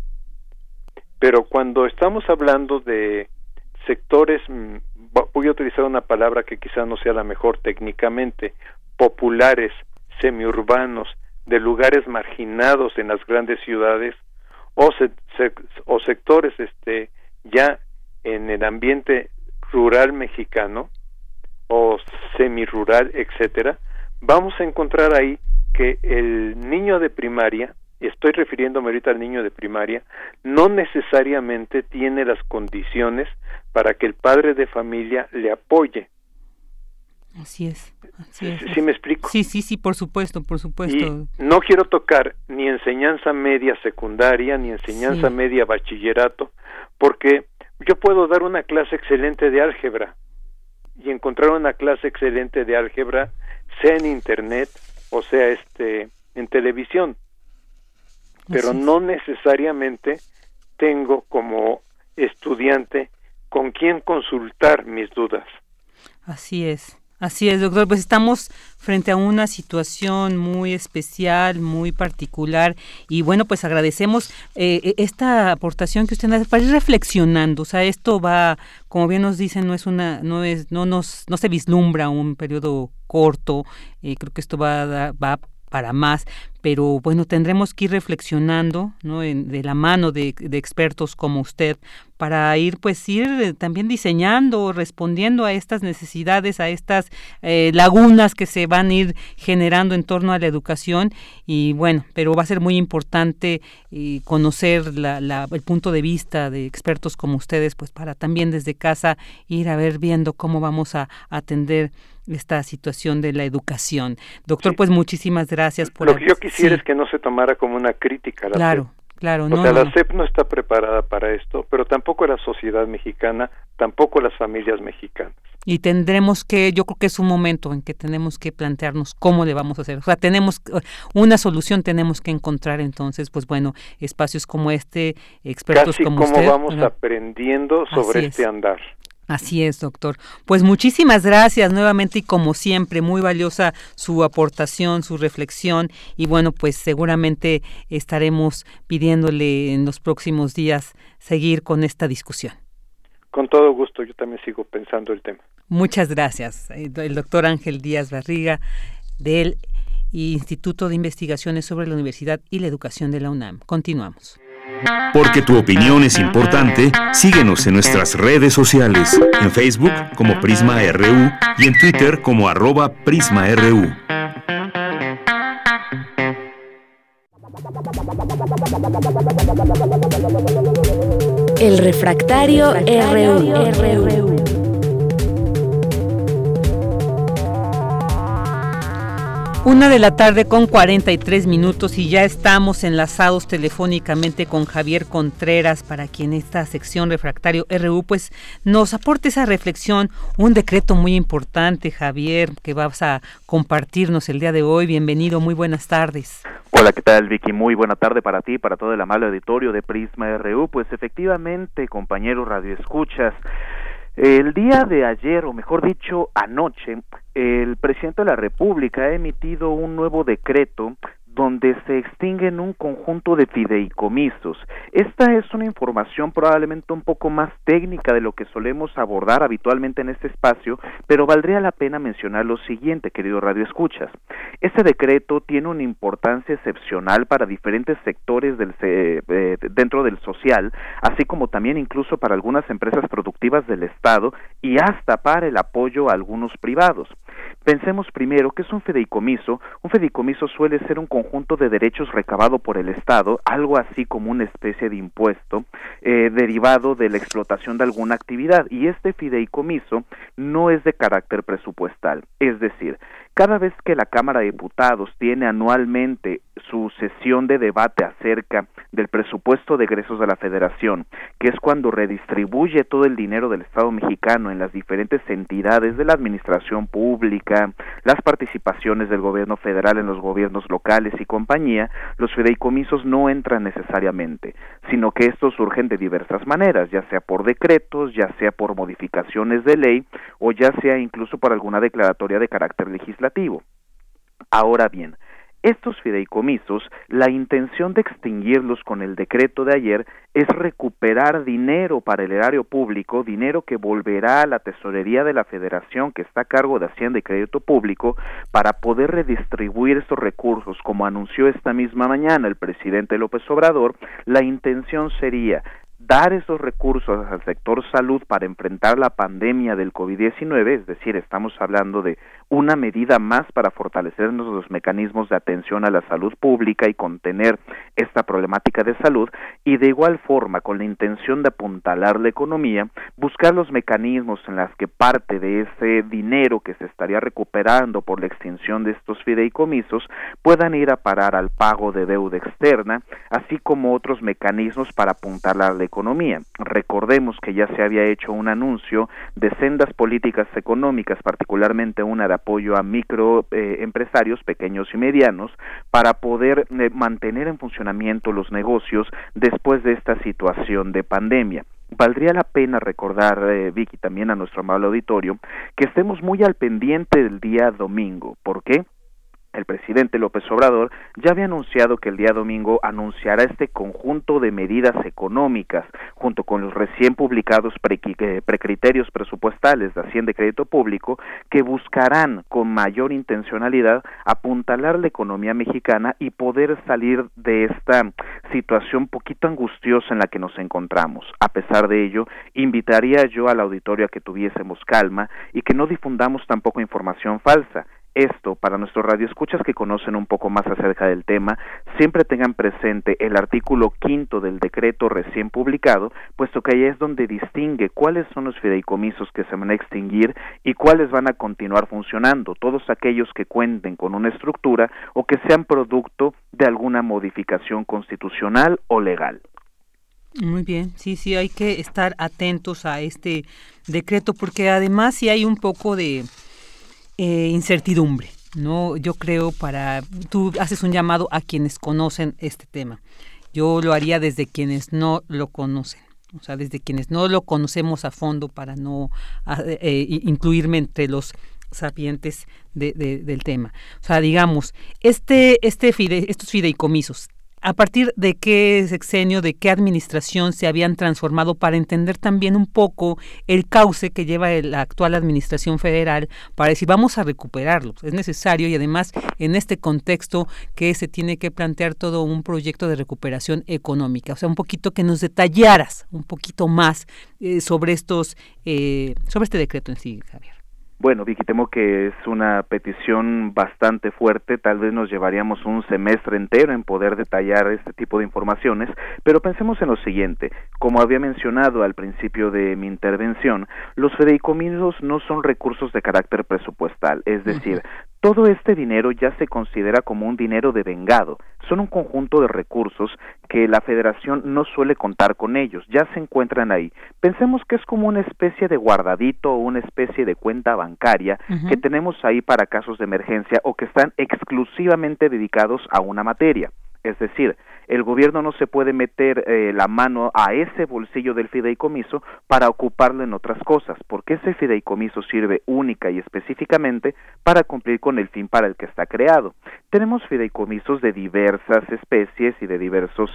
Pero cuando estamos hablando de sectores, voy a utilizar una palabra que quizá no sea la mejor técnicamente, populares, semiurbanos, de lugares marginados en las grandes ciudades, o sectores ya en el ambiente rural mexicano o semirural, etcétera, vamos a encontrar ahí que el niño de primaria, y estoy refiriéndome ahorita al niño de primaria, no necesariamente tiene las condiciones para que el padre de familia le apoye. Así es. ¿Sí me explico? Sí, por supuesto. Y no quiero tocar ni enseñanza media secundaria, ni enseñanza media bachillerato, porque yo puedo dar una clase excelente de álgebra y encontrar una clase excelente de álgebra, sea en Internet o sea en televisión, pero no necesariamente tengo como estudiante con quién consultar mis dudas. Así es, doctor. Pues estamos frente a una situación muy especial, muy particular, y bueno, pues agradecemos esta aportación que usted hace para ir reflexionando. O sea, esto va, como bien nos dicen, no se vislumbra un periodo corto. Creo que esto va para más, pero bueno, tendremos que ir reflexionando, ¿no? De la mano de expertos como usted, para ir también diseñando, respondiendo a estas necesidades, a estas lagunas que se van a ir generando en torno a la educación. Y bueno, pero va a ser muy importante conocer el punto de vista de expertos como ustedes, pues para también desde casa ir viendo cómo vamos a atender esta situación de la educación. Doctor, pues muchísimas gracias por... Lo que yo quisiera es que no se tomara como una crítica a la SEP. Claro. La SEP no está preparada para esto, pero tampoco la sociedad mexicana, tampoco las familias mexicanas. Y tendremos yo creo que es un momento en que tenemos que plantearnos cómo le vamos a hacer. O sea, una solución tenemos que encontrar. Entonces, pues bueno, espacios como expertos casi como usted. Casi como vamos aprendiendo sobre andar. Así es, doctor. Pues muchísimas gracias nuevamente, y como siempre, muy valiosa su aportación, su reflexión, y bueno, pues seguramente estaremos pidiéndole en los próximos días seguir con esta discusión. Con todo gusto, yo también sigo pensando el tema. Muchas gracias. El doctor Ángel Díaz Barriga, del Instituto de Investigaciones sobre la Universidad y la Educación de la UNAM. Continuamos. Porque tu opinión es importante, síguenos en nuestras redes sociales, en Facebook como Prisma RU y en Twitter como @PrismaRU. El refractario RU. Una de la tarde con 43 minutos y ya estamos enlazados telefónicamente con Javier Contreras para quien esta sección Refractario RU pues nos aporte esa reflexión, un decreto muy importante, Javier, que vas a compartirnos el día de hoy. Bienvenido, muy buenas tardes. Hola, ¿qué tal, Vicky? Muy buena tarde para ti, para todo el amable auditorio de Prisma RU. Pues efectivamente, compañeros radioescuchas, el día de ayer, o mejor dicho, anoche, el presidente de la República ha emitido un nuevo decreto donde se extinguen un conjunto de fideicomisos. Esta es una información probablemente un poco más técnica de lo que solemos abordar habitualmente en este espacio, pero valdría la pena mencionar lo siguiente, querido radioescuchas. Este decreto tiene una importancia excepcional para diferentes sectores dentro del social, así como también incluso para algunas empresas productivas del Estado y hasta para el apoyo a algunos privados. Pensemos primero, ¿qué es un fideicomiso? Un fideicomiso suele ser un conjunto de derechos recabado por el Estado, algo así como una especie de impuesto derivado de la explotación de alguna actividad, y este fideicomiso no es de carácter presupuestal, es decir, cada vez que la Cámara de Diputados tiene anualmente su sesión de debate acerca del presupuesto de egresos de la Federación, que es cuando redistribuye todo el dinero del Estado mexicano en las diferentes entidades de la administración pública, las participaciones del gobierno federal en los gobiernos locales y compañía, los fideicomisos no entran necesariamente, sino que estos surgen de diversas maneras, ya sea por decretos, ya sea por modificaciones de ley, o ya sea incluso por alguna declaratoria de carácter legislativo. Ahora bien, estos fideicomisos, la intención de extinguirlos con el decreto de ayer es recuperar dinero para el erario público, dinero que volverá a la tesorería de la Federación, que está a cargo de Hacienda y Crédito Público, para poder redistribuir estos recursos. Como anunció esta misma mañana el presidente López Obrador, la intención sería dar esos recursos al sector salud para enfrentar la pandemia del COVID-19, es decir, estamos hablando de una medida más para fortalecer los mecanismos de atención a la salud pública y contener esta problemática de salud, y de igual forma, con la intención de apuntalar la economía, buscar los mecanismos en los que parte de ese dinero que se estaría recuperando por la extinción de estos fideicomisos puedan ir a parar al pago de deuda externa, así como otros mecanismos para apuntalar la economía. Recordemos que ya se había hecho un anuncio de sendas políticas económicas, particularmente una de apoyo a microempresarios pequeños y medianos, para poder mantener en funcionamiento los negocios después de esta situación de pandemia. Valdría la pena recordar, Vicky, también a nuestro amable auditorio, que estemos muy al pendiente del día domingo. ¿Por qué? El presidente López Obrador ya había anunciado que el día domingo anunciará este conjunto de medidas económicas, junto con los recién publicados precriterios presupuestales de Hacienda y Crédito Público, que buscarán con mayor intencionalidad apuntalar la economía mexicana y poder salir de esta situación poquito angustiosa en la que nos encontramos. A pesar de ello, invitaría yo al auditorio a que tuviésemos calma y que no difundamos tampoco información falsa. Esto, para nuestros radioescuchas que conocen un poco más acerca del tema, siempre tengan presente el artículo 5 del decreto recién publicado, puesto que ahí es donde distingue cuáles son los fideicomisos que se van a extinguir y cuáles van a continuar funcionando, todos aquellos que cuenten con una estructura o que sean producto de alguna modificación constitucional o legal. Muy bien, sí, hay que estar atentos a este decreto, porque además sí hay un poco de incertidumbre, ¿no? Yo creo tú haces un llamado a quienes conocen este tema. Yo lo haría desde quienes no lo conocen, o sea, desde quienes no lo conocemos a fondo, para no incluirme entre los sapientes del tema. O sea, digamos, estos fideicomisos, ¿A partir de qué sexenio, de qué administración se habían transformado para entender también un poco el cauce que lleva la actual administración federal para decir vamos a recuperarlos? Es necesario y además en este contexto que se tiene que plantear todo un proyecto de recuperación económica. O sea, un poquito que nos detallaras un poquito más sobre este decreto en sí, Javier. Bueno, Vicky, temo que es una petición bastante fuerte, tal vez nos llevaríamos un semestre entero en poder detallar este tipo de informaciones, pero pensemos en lo siguiente, como había mencionado al principio de mi intervención, los fideicomisos no son recursos de carácter presupuestal, es decir, todo este dinero ya se considera como un dinero devengado, son un conjunto de recursos que la Federación no suele contar con ellos, ya se encuentran ahí. Pensemos que es como una especie de guardadito o una especie de cuenta bancaria que tenemos ahí para casos de emergencia o que están exclusivamente dedicados a una materia. Es decir, el gobierno no se puede meter la mano a ese bolsillo del fideicomiso para ocuparlo en otras cosas, porque ese fideicomiso sirve única y específicamente para cumplir con el fin para el que está creado. Tenemos fideicomisos de diversas especies y de diversos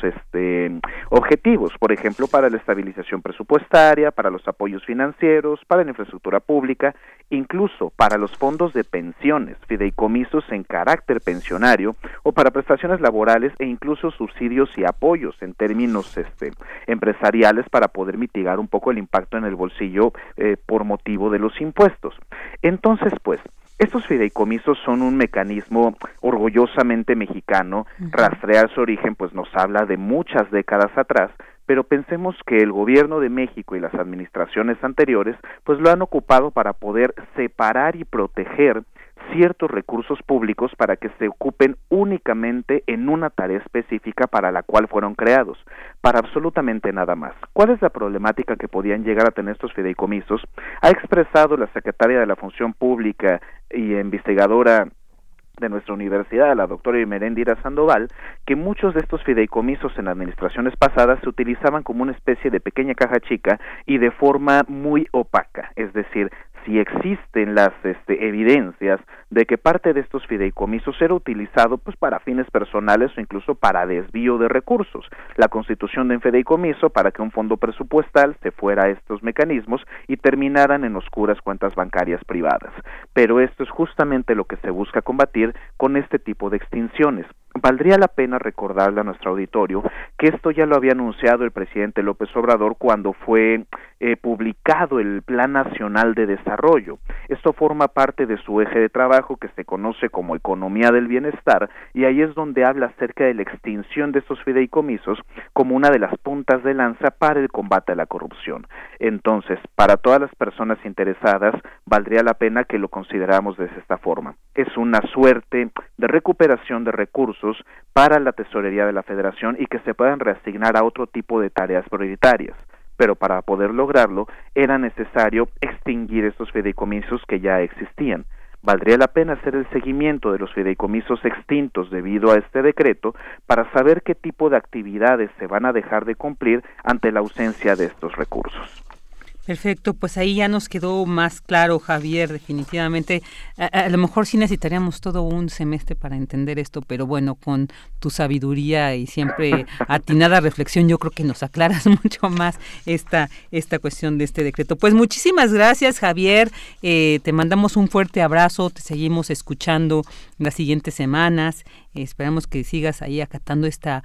objetivos, por ejemplo, para la estabilización presupuestaria, para los apoyos financieros, para la infraestructura pública, incluso para los fondos de pensiones, fideicomisos en carácter pensionario o para prestaciones laborales e incluso subsidios y apoyos en términos empresariales para poder mitigar un poco el impacto en el bolsillo por motivo de los impuestos. Entonces, pues, estos fideicomisos son un mecanismo orgullosamente mexicano, rastrear su origen pues nos habla de muchas décadas atrás, pero pensemos que el gobierno de México y las administraciones anteriores pues lo han ocupado para poder separar y proteger ciertos recursos públicos para que se ocupen únicamente en una tarea específica para la cual fueron creados, para absolutamente nada más. ¿Cuál es la problemática que podían llegar a tener estos fideicomisos? Ha expresado la secretaria de la Función Pública y investigadora de nuestra universidad, la doctora Imerendira Sandoval, que muchos de estos fideicomisos en administraciones pasadas se utilizaban como una especie de pequeña caja chica y de forma muy opaca, es decir, si existen las evidencias de que parte de estos fideicomisos era utilizado pues para fines personales o incluso para desvío de recursos. La constitución de un fideicomiso para que un fondo presupuestal se fuera a estos mecanismos y terminaran en oscuras cuentas bancarias privadas. Pero esto es justamente lo que se busca combatir con este tipo de extinciones. Valdría la pena recordarle a nuestro auditorio que esto ya lo había anunciado el presidente López Obrador cuando fue publicado el Plan Nacional de Desarrollo. Esto forma parte de su eje de trabajo que se conoce como Economía del Bienestar y ahí es donde habla acerca de la extinción de estos fideicomisos como una de las puntas de lanza para el combate a la corrupción. Entonces, para todas las personas interesadas, valdría la pena que lo consideráramos de esta forma. Es una suerte de recuperación de recursos para la tesorería de la Federación y que se puedan reasignar a otro tipo de tareas prioritarias. Pero para poder lograrlo era necesario extinguir estos fideicomisos que ya existían. Valdría la pena hacer el seguimiento de los fideicomisos extintos debido a este decreto para saber qué tipo de actividades se van a dejar de cumplir ante la ausencia de estos recursos. Perfecto, pues ahí ya nos quedó más claro, Javier, definitivamente. A lo mejor sí necesitaríamos todo un semestre para entender esto, pero bueno, con tu sabiduría y siempre atinada reflexión, yo creo que nos aclaras mucho más esta cuestión de este decreto. Pues muchísimas gracias, Javier. Te mandamos un fuerte abrazo, te seguimos escuchando las siguientes semanas. Esperamos que sigas ahí acatando esta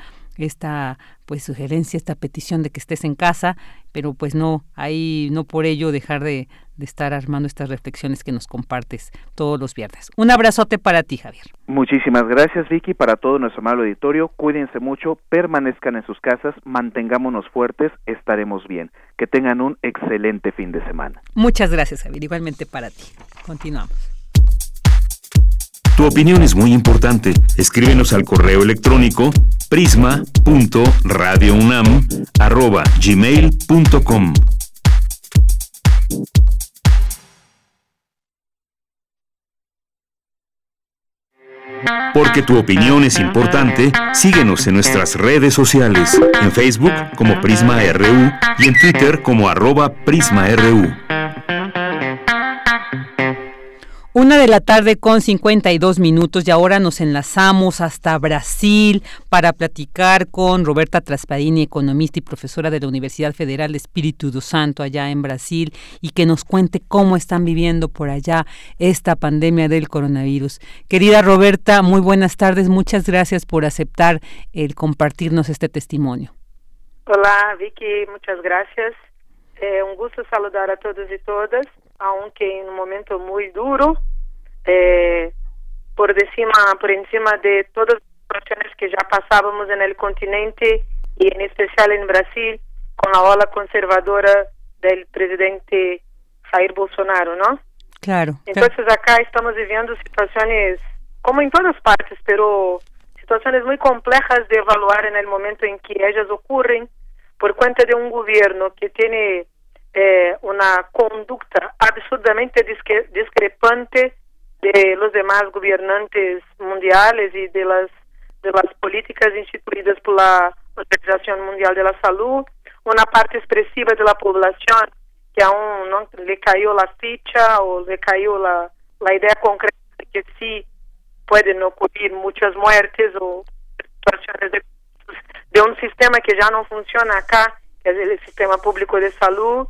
pues sugerencia, esta petición de que estés en casa, pero pues no por ello dejar de estar armando estas reflexiones que nos compartes todos los viernes. Un abrazote para ti, Javier. Muchísimas gracias, Vicky, para todo nuestro amable auditorio. Cuídense mucho, permanezcan en sus casas, mantengámonos fuertes, estaremos bien. Que tengan un excelente fin de semana. Muchas gracias, Javier. Igualmente para ti. Continuamos. Tu opinión es muy importante. Escríbenos al correo electrónico prisma.radiounam@gmail.com. Porque tu opinión es importante, síguenos en nuestras redes sociales, en Facebook como Prisma RU y en Twitter como @PrismaRU. 1:52 y ahora nos enlazamos hasta Brasil para platicar con Roberta Traspadini, economista y profesora de la Universidad Federal Espírito Santo allá en Brasil, y que nos cuente cómo están viviendo por allá esta pandemia del coronavirus. Querida Roberta, muy buenas tardes, muchas gracias por aceptar el compartirnos este testimonio. Hola Vicky, muchas gracias. Un gusto saludar a todos y todas, aunque en un momento muy duro, por encima de todas las situaciones que ya pasábamos en el continente y en especial en Brasil, con la ola conservadora del presidente Jair Bolsonaro, ¿no? Claro. Entonces acá estamos viviendo situaciones, como en todas partes, pero situaciones muy complejas de evaluar en el momento en que ellas ocurren, por cuenta de un gobierno que tiene una conducta absurdamente discrepante de los demás gobernantes mundiales y de las políticas instituidas por la Organización Mundial de la Salud, una parte expresiva de la población que aún no le cayó la ficha o le cayó la idea concreta de que sí pueden ocurrir muchas muertes o situaciones de un sistema que ya no funciona acá, que es el sistema público de salud,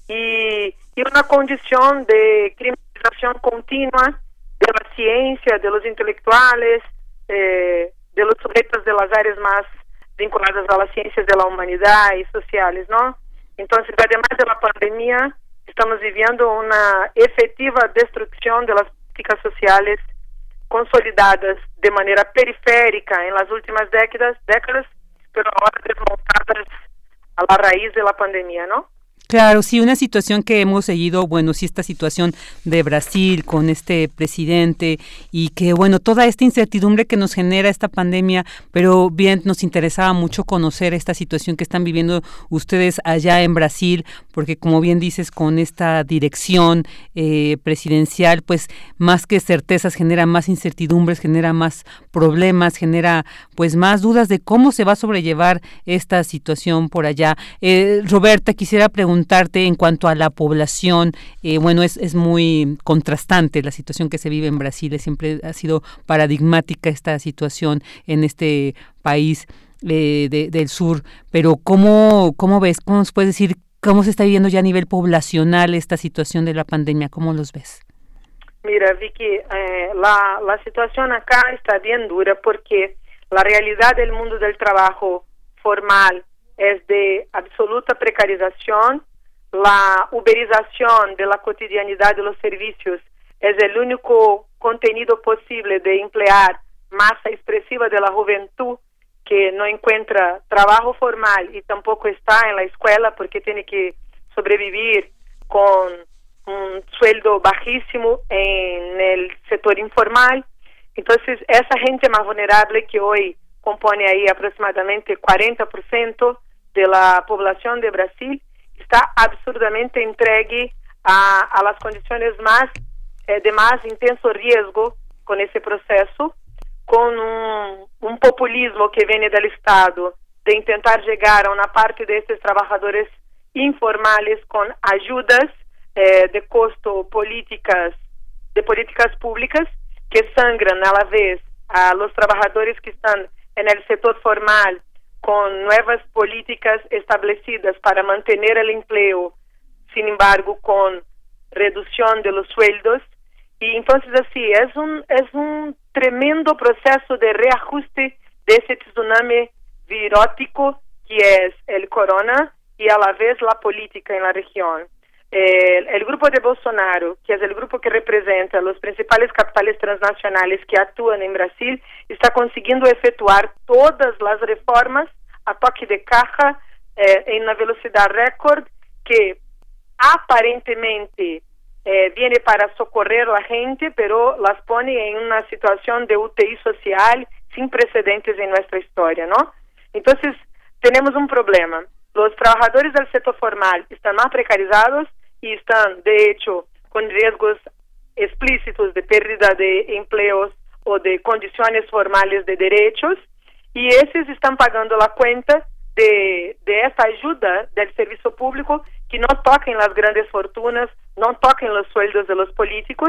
y una condición de criminalización continua de la ciencia, de los intelectuales, de los sujetos de las áreas más vinculadas a las ciencias de la humanidad y sociales, ¿no? Entonces, además de la pandemia, estamos viviendo una efectiva destrucción de las políticas sociales consolidadas de manera periférica en las últimas décadas, pero ahora desmontadas a la raíz de la pandemia, ¿no? Claro, sí, una situación que hemos seguido, bueno, sí, esta situación de Brasil con este presidente y que, bueno, toda esta incertidumbre que nos genera esta pandemia, pero bien, nos interesaba mucho conocer esta situación que están viviendo ustedes allá en Brasil, porque como bien dices, con esta dirección presidencial, pues más que certezas genera más incertidumbres, genera más problemas, genera pues más dudas de cómo se va a sobrellevar esta situación por allá. Roberta, quisiera preguntarte en cuanto a la población, bueno, es muy contrastante la situación que se vive en Brasil, siempre ha sido paradigmática esta situación en este país del sur, pero ¿cómo ves? ¿Cómo nos puedes decir cómo se está viviendo ya a nivel poblacional esta situación de la pandemia? ¿Cómo los ves? Mira, Vicky, la situación acá está bien dura porque la realidad del mundo del trabajo formal es de absoluta precarización. La uberización de la cotidianidad de los servicios es el único contenido posible de emplear masa expresiva de la juventud que no encuentra trabajo formal y tampoco está en la escuela porque tiene que sobrevivir con un sueldo bajísimo en el sector informal. Entonces, esa gente más vulnerable que hoy compone ahí aproximadamente 40% de la población de Brasil, está absurdamente entregue a las condiciones de más intenso riesgo con ese proceso, con un populismo que viene del Estado de intentar llegar a una parte de estos trabajadores informales con ayudas de costo de políticas públicas que sangran a la vez a los trabajadores que están en el sector formal con nuevas políticas establecidas para mantener el empleo, sin embargo, con reducción de los sueldos. Y entonces así, es un tremendo proceso de reajuste de ese tsunami virótico que es el corona y a la vez la política en la región. El grupo de Bolsonaro, que es el grupo que representa los principales capitales transnacionales que actúan en Brasil, está consiguiendo efectuar todas las reformas a toque de caja en una velocidad récord que aparentemente viene para socorrer a la gente, pero las pone en una situación de UTI social sin precedentes en nuestra historia, ¿no? Entonces, tenemos un problema. Los trabajadores del sector formal están más precarizados y están, de hecho, con riesgos explícitos de pérdida de empleos o de condiciones formales de derechos, y esos están pagando la cuenta de esta ayuda del servicio público que no toquen las grandes fortunas, no toquen los sueldos de los políticos,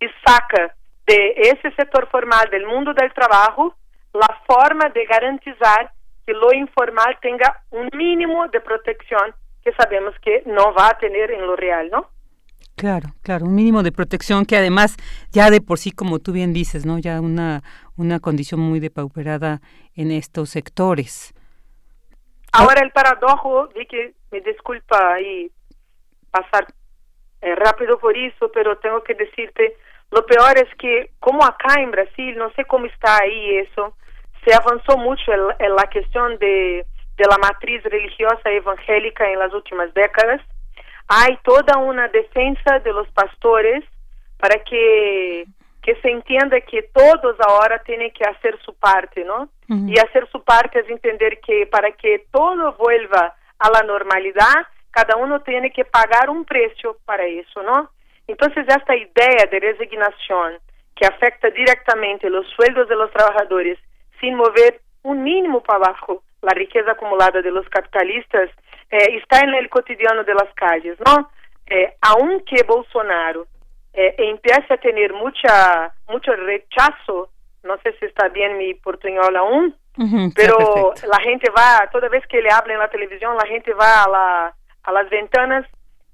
y saca de ese sector formal, del mundo del trabajo, la forma de garantizar que lo informal tenga un mínimo de protección que sabemos que no va a tener en lo real, ¿no? Claro, un mínimo de protección que además ya de por sí, como tú bien dices, ¿no? Ya una condición muy depauperada en estos sectores. Ahora el paradojo, Vicky, me disculpa ahí pasar rápido por eso, pero tengo que decirte, lo peor es que como acá en Brasil, no sé cómo está ahí eso, se avanzó mucho en la cuestión de la matriz religiosa evangélica en las últimas décadas. Hay toda una defensa de los pastores para que se entienda que todos ahora tienen que hacer su parte, ¿no? Uh-huh. Y hacer su parte es entender que para que todo vuelva a la normalidad, cada uno tiene que pagar un precio para eso, ¿no? Entonces, esta idea de resignación que afecta directamente los sueldos de los trabajadores sin mover un mínimo para abajo la riqueza acumulada de los capitalistas, está en el cotidiano de las calles, ¿no? Aunque Bolsonaro empiece a tener mucho rechazo, no sé si está bien mi portuñol aún, pero la gente va, toda vez que le habla en la televisión, la gente va a las ventanas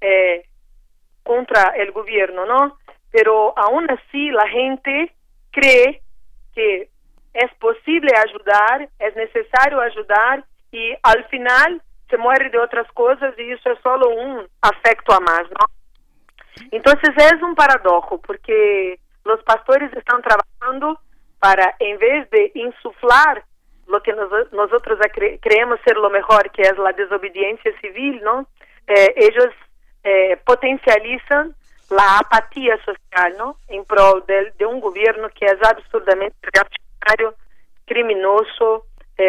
contra el gobierno, ¿no? Pero aún así la gente cree que es posible ayudar, es necesario ayudar y al final se muere de otras cosas y eso es solo un afecto a más, ¿no? Entonces es un paradojo porque los pastores están trabajando para, en vez de insuflar lo que nosotros creemos ser lo mejor, que es la desobediencia civil, ¿no? Ellos potencializan la apatía social, ¿no? En pro de un gobierno que es absurdamente reaccionario, criminoso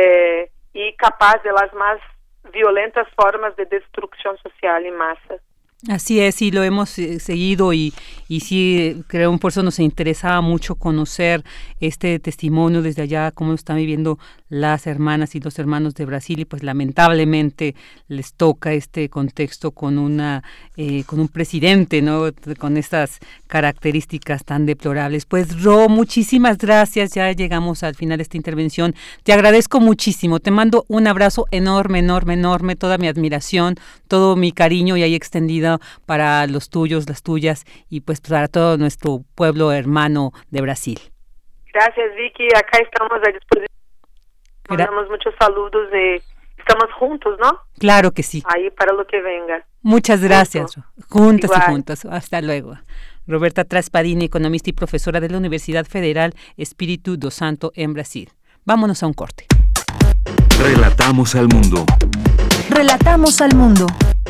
y capaz de las más violentas formas de destrucción social en masa. Así es, y lo hemos seguido y sí, creo por eso nos interesaba mucho conocer este testimonio desde allá, cómo están viviendo las hermanas y los hermanos de Brasil y pues lamentablemente les toca este contexto con un presidente, ¿no? Con estas características tan deplorables. Pues Ro, muchísimas gracias, ya llegamos al final de esta intervención. Te agradezco muchísimo, te mando un abrazo enorme, toda mi admiración, todo mi cariño y ahí extendido para los tuyos, las tuyas y pues para todo nuestro pueblo hermano de Brasil. Gracias, Vicky, acá estamos a disposición. Mandamos muchos saludos estamos juntos, ¿no? Claro que sí. Ahí para lo que venga. Muchas gracias. Juntas y juntas. Hasta luego. Roberta Traspadini, economista y profesora de la Universidad Federal Espírito Santo en Brasil. Vámonos a un corte. Relatamos al mundo. Relatamos al mundo.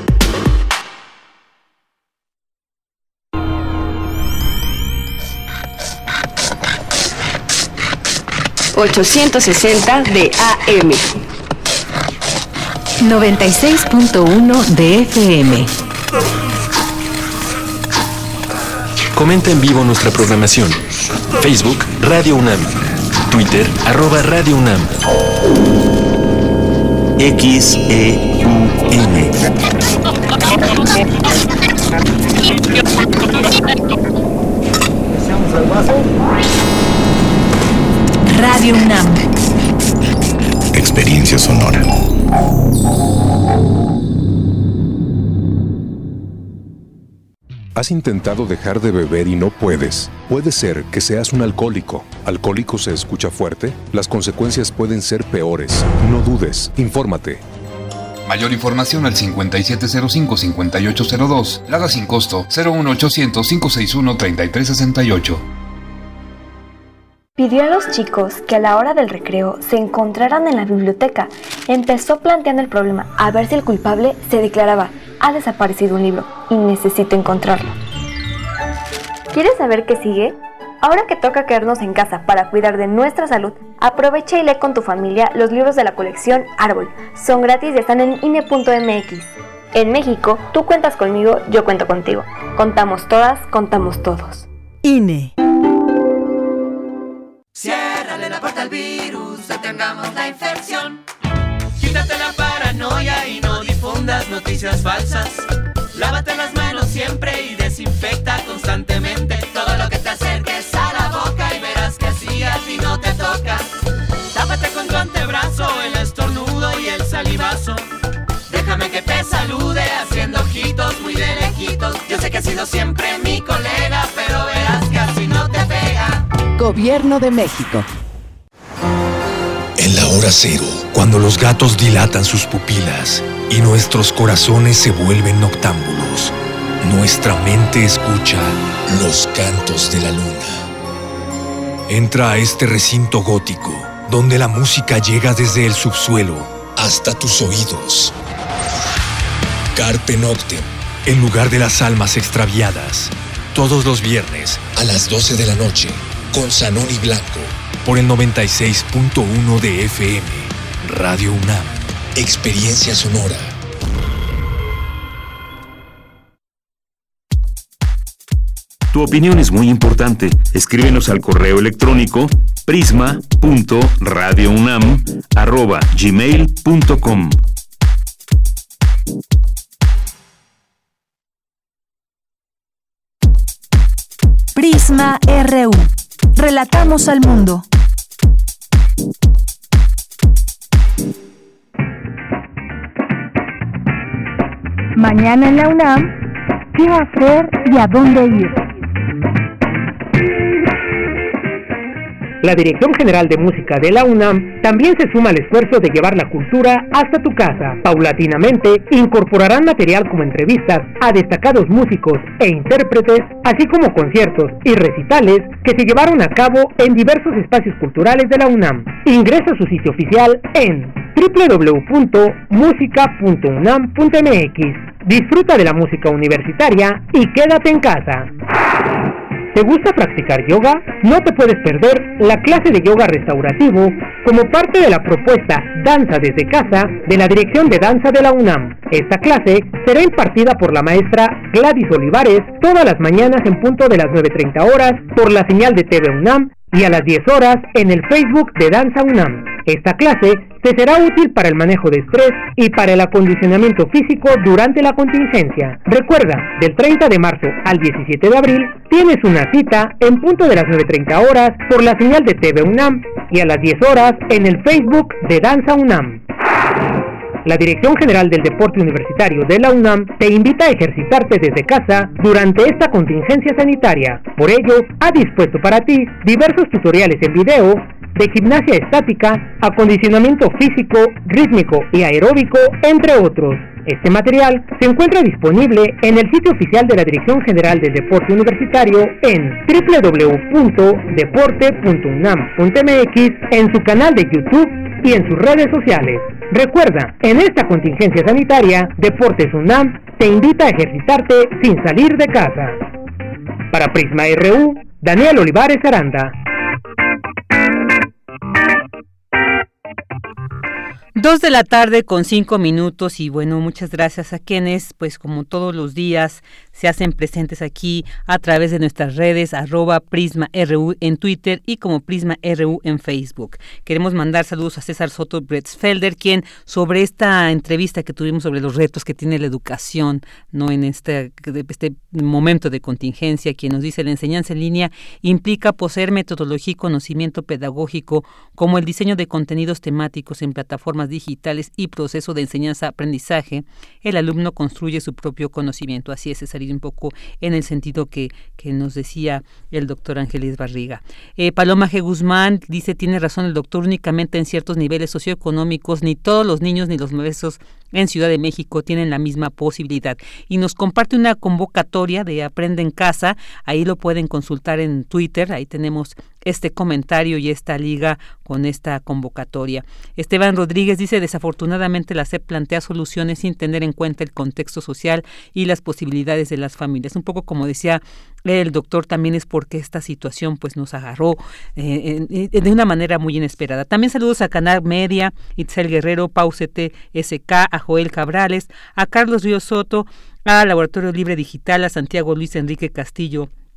...860 de AM... ...96.1 de FM... Comenta en vivo nuestra programación. Facebook, Radio UNAM. Twitter, @Radio UNAM. XEUN. Radio UNAM. Experiencia sonora. ¿Has intentado dejar de beber y no puedes? Puede ser que seas un alcohólico. ¿Alcohólico se escucha fuerte? Las consecuencias pueden ser peores. No dudes, infórmate. Mayor información al 5705-5802. Lada sin costo 01800-561-3368. Pidió a los chicos que a la hora del recreo se encontraran en la biblioteca. Empezó planteando el problema, a ver si el culpable se declaraba: ha desaparecido un libro y necesito encontrarlo. ¿Quieres saber qué sigue? Ahora que toca quedarnos en casa para cuidar de nuestra salud, aprovecha y lee con tu familia los libros de la colección Árbol. Son gratis y están en INE.mx. En México, tú cuentas conmigo, yo cuento contigo. Contamos todas, contamos todos. INE. Ciérrale la puerta al virus, detengamos la infección. Quítate la paranoia y no difundas noticias falsas. Lávate las manos siempre y desinfecta constantemente todo lo que te acerques a la boca y verás que así a ti no te toca. Tápate con tu antebrazo el estornudo y el salivazo. Déjame que te salude haciendo ojitos muy de lejitos. Yo sé que has sido siempre mi colega, pero verás que así no te pega. Gobierno de México. En la hora cero, cuando los gatos dilatan sus pupilas y nuestros corazones se vuelven noctámbulos, nuestra mente escucha los cantos de la luna. Entra a este recinto gótico, donde la música llega desde el subsuelo hasta tus oídos. Carpe Noctem, el lugar de las almas extraviadas. Todos los viernes a las 12 de la noche, con Zanoni Blanco, por el 96.1 de FM. Radio UNAM. Experiencia sonora. Tu opinión es muy importante. Escríbenos al correo electrónico prisma.radiounam@gmail.com. Prisma RU. Relatamos al mundo. Mañana en la UNAM, ¿qué hacer y a dónde ir? La Dirección General de Música de la UNAM también se suma al esfuerzo de llevar la cultura hasta tu casa. Paulatinamente, incorporarán material como entrevistas a destacados músicos e intérpretes, así como conciertos y recitales que se llevaron a cabo en diversos espacios culturales de la UNAM. Ingresa a su sitio oficial en www.musica.unam.mx. Disfruta de la música universitaria y quédate en casa. ¿Te gusta practicar yoga? No te puedes perder la clase de yoga restaurativo como parte de la propuesta Danza desde Casa de la Dirección de Danza de la UNAM. Esta clase será impartida por la maestra Gladys Olivares todas las mañanas en punto de las 9:30 horas por la señal de TV UNAM y a las 10 horas en el Facebook de Danza UNAM. Esta clase te será útil para el manejo de estrés y para el acondicionamiento físico durante la contingencia. Recuerda, del 30 de marzo al 17 de abril tienes una cita en punto de las 9:30 horas por la señal de TV UNAM y a las 10 horas en el Facebook de Danza UNAM. La Dirección General del Deporte Universitario de la UNAM te invita a ejercitarte desde casa durante esta contingencia sanitaria. Por ello, ha dispuesto para ti diversos tutoriales en video de gimnasia estática, acondicionamiento físico, rítmico y aeróbico, entre otros. Este material se encuentra disponible en el sitio oficial de la Dirección General del Deporte Universitario en www.deporte.unam.mx, en su canal de YouTube y en sus redes sociales. Recuerda, en esta contingencia sanitaria, Deportes UNAM te invita a ejercitarte sin salir de casa. Para Prisma RU, Daniel Olivares Aranda. 2 de la tarde con 5 minutos y bueno, muchas gracias a quienes, pues como todos los días, se hacen presentes aquí a través de nuestras redes, @PrismaRU en Twitter y como PrismaRU en Facebook. Queremos mandar saludos a César Soto Bretzfelder, quien sobre esta entrevista que tuvimos sobre los retos que tiene la educación, ¿no?, en este momento de contingencia, quien nos dice: la enseñanza en línea implica poseer metodología y conocimiento pedagógico como el diseño de contenidos temáticos en plataformas digitales y proceso de enseñanza-aprendizaje. El alumno construye su propio conocimiento. Así es, salir un poco en el sentido que nos decía el doctor Ángeles Barriga. Paloma G. Guzmán dice: tiene razón el doctor, únicamente en ciertos niveles socioeconómicos ni todos los niños ni los maestros en Ciudad de México tienen la misma posibilidad. Y nos comparte una convocatoria de Aprende en Casa, ahí lo pueden consultar en Twitter, ahí tenemos este comentario y esta liga con esta convocatoria. Esteban Rodríguez dice: desafortunadamente la SEP plantea soluciones sin tener en cuenta el contexto social y las posibilidades de las familias. Un poco como decía el doctor, también es porque esta situación pues nos agarró de una manera muy inesperada. También saludos a Canal Media, Itzel Guerrero, Pausete SK, a Joel Cabrales, a Carlos Ríos Soto, a Laboratorio Libre Digital, a Santiago Luis Enrique Castillo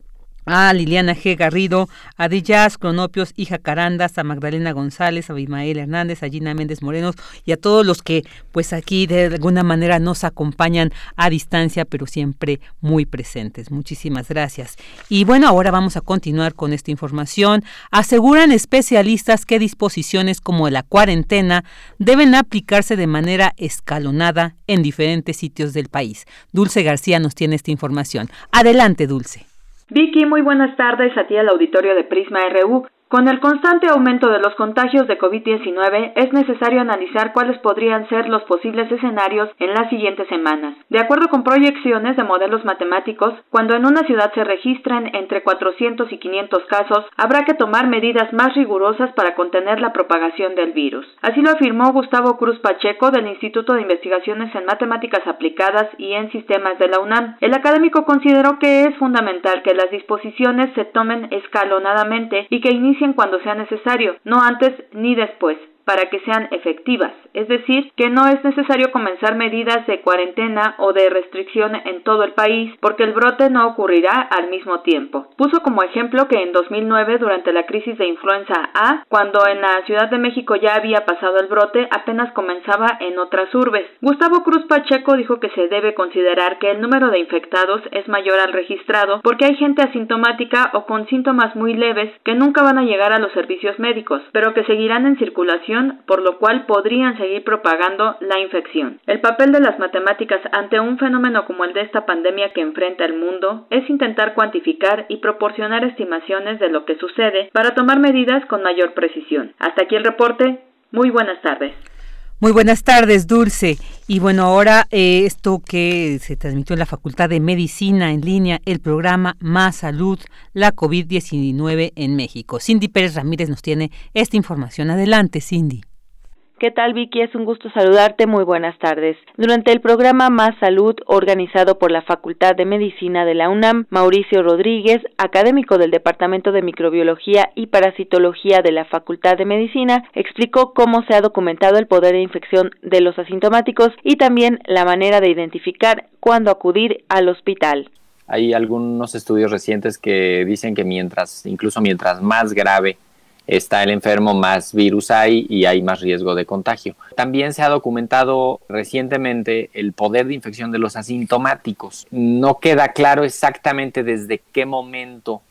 a Liliana G. Garrido, a Díaz Cronopios y Jacarandas, a Magdalena González, a Abimael Hernández, a Gina Méndez Morenos y a todos los que pues aquí de alguna manera nos acompañan a distancia, pero siempre muy presentes. Muchísimas gracias. Y bueno, ahora vamos a continuar con esta información. Aseguran especialistas que disposiciones como la cuarentena deben aplicarse de manera escalonada en diferentes sitios del país. Dulce García nos tiene esta información. Adelante, Dulce. Vicky, muy buenas tardes a ti al auditorio de Prisma RU. Con el constante aumento de los contagios de COVID-19, es necesario analizar cuáles podrían ser los posibles escenarios en las siguientes semanas. De acuerdo con proyecciones de modelos matemáticos, cuando en una ciudad se registran entre 400 y 500 casos, habrá que tomar medidas más rigurosas para contener la propagación del virus. Así lo afirmó Gustavo Cruz Pacheco del Instituto de Investigaciones en Matemáticas Aplicadas y en Sistemas de la UNAM. El académico consideró que es fundamental que las disposiciones se tomen escalonadamente y que inicien cuando sea necesario, no antes ni después, para que sean efectivas, es decir, que no es necesario comenzar medidas de cuarentena o de restricción en todo el país, porque el brote no ocurrirá al mismo tiempo. Puso como ejemplo que en 2009, durante la crisis de influenza A, cuando en la Ciudad de México ya había pasado el brote, apenas comenzaba en otras urbes. Gustavo Cruz Pacheco dijo que se debe considerar que el número de infectados es mayor al registrado, porque hay gente asintomática o con síntomas muy leves que nunca van a llegar a los servicios médicos, pero que seguirán en circulación, por lo cual podrían seguir propagando la infección. El papel de las matemáticas ante un fenómeno como el de esta pandemia que enfrenta el mundo es intentar cuantificar y proporcionar estimaciones de lo que sucede para tomar medidas con mayor precisión. Hasta aquí el reporte. Muy buenas tardes. Muy buenas tardes, Dulce. Y bueno, ahora esto que se transmitió en la Facultad de Medicina en línea, el programa Más Salud, la COVID-19 en México. Cindy Pérez Ramírez nos tiene esta información. Adelante, Cindy. ¿Qué tal, Vicky? Es un gusto saludarte. Muy buenas tardes. Durante el programa Más Salud, organizado por la Facultad de Medicina de la UNAM, Mauricio Rodríguez, académico del Departamento de Microbiología y Parasitología de la Facultad de Medicina, explicó cómo se ha documentado el poder de infección de los asintomáticos y también la manera de identificar cuándo acudir al hospital. Hay algunos estudios recientes que dicen que incluso mientras más grave está el enfermo, más virus hay y hay más riesgo de contagio. También se ha documentado recientemente el poder de infección de los asintomáticos. No queda claro exactamente desde qué momento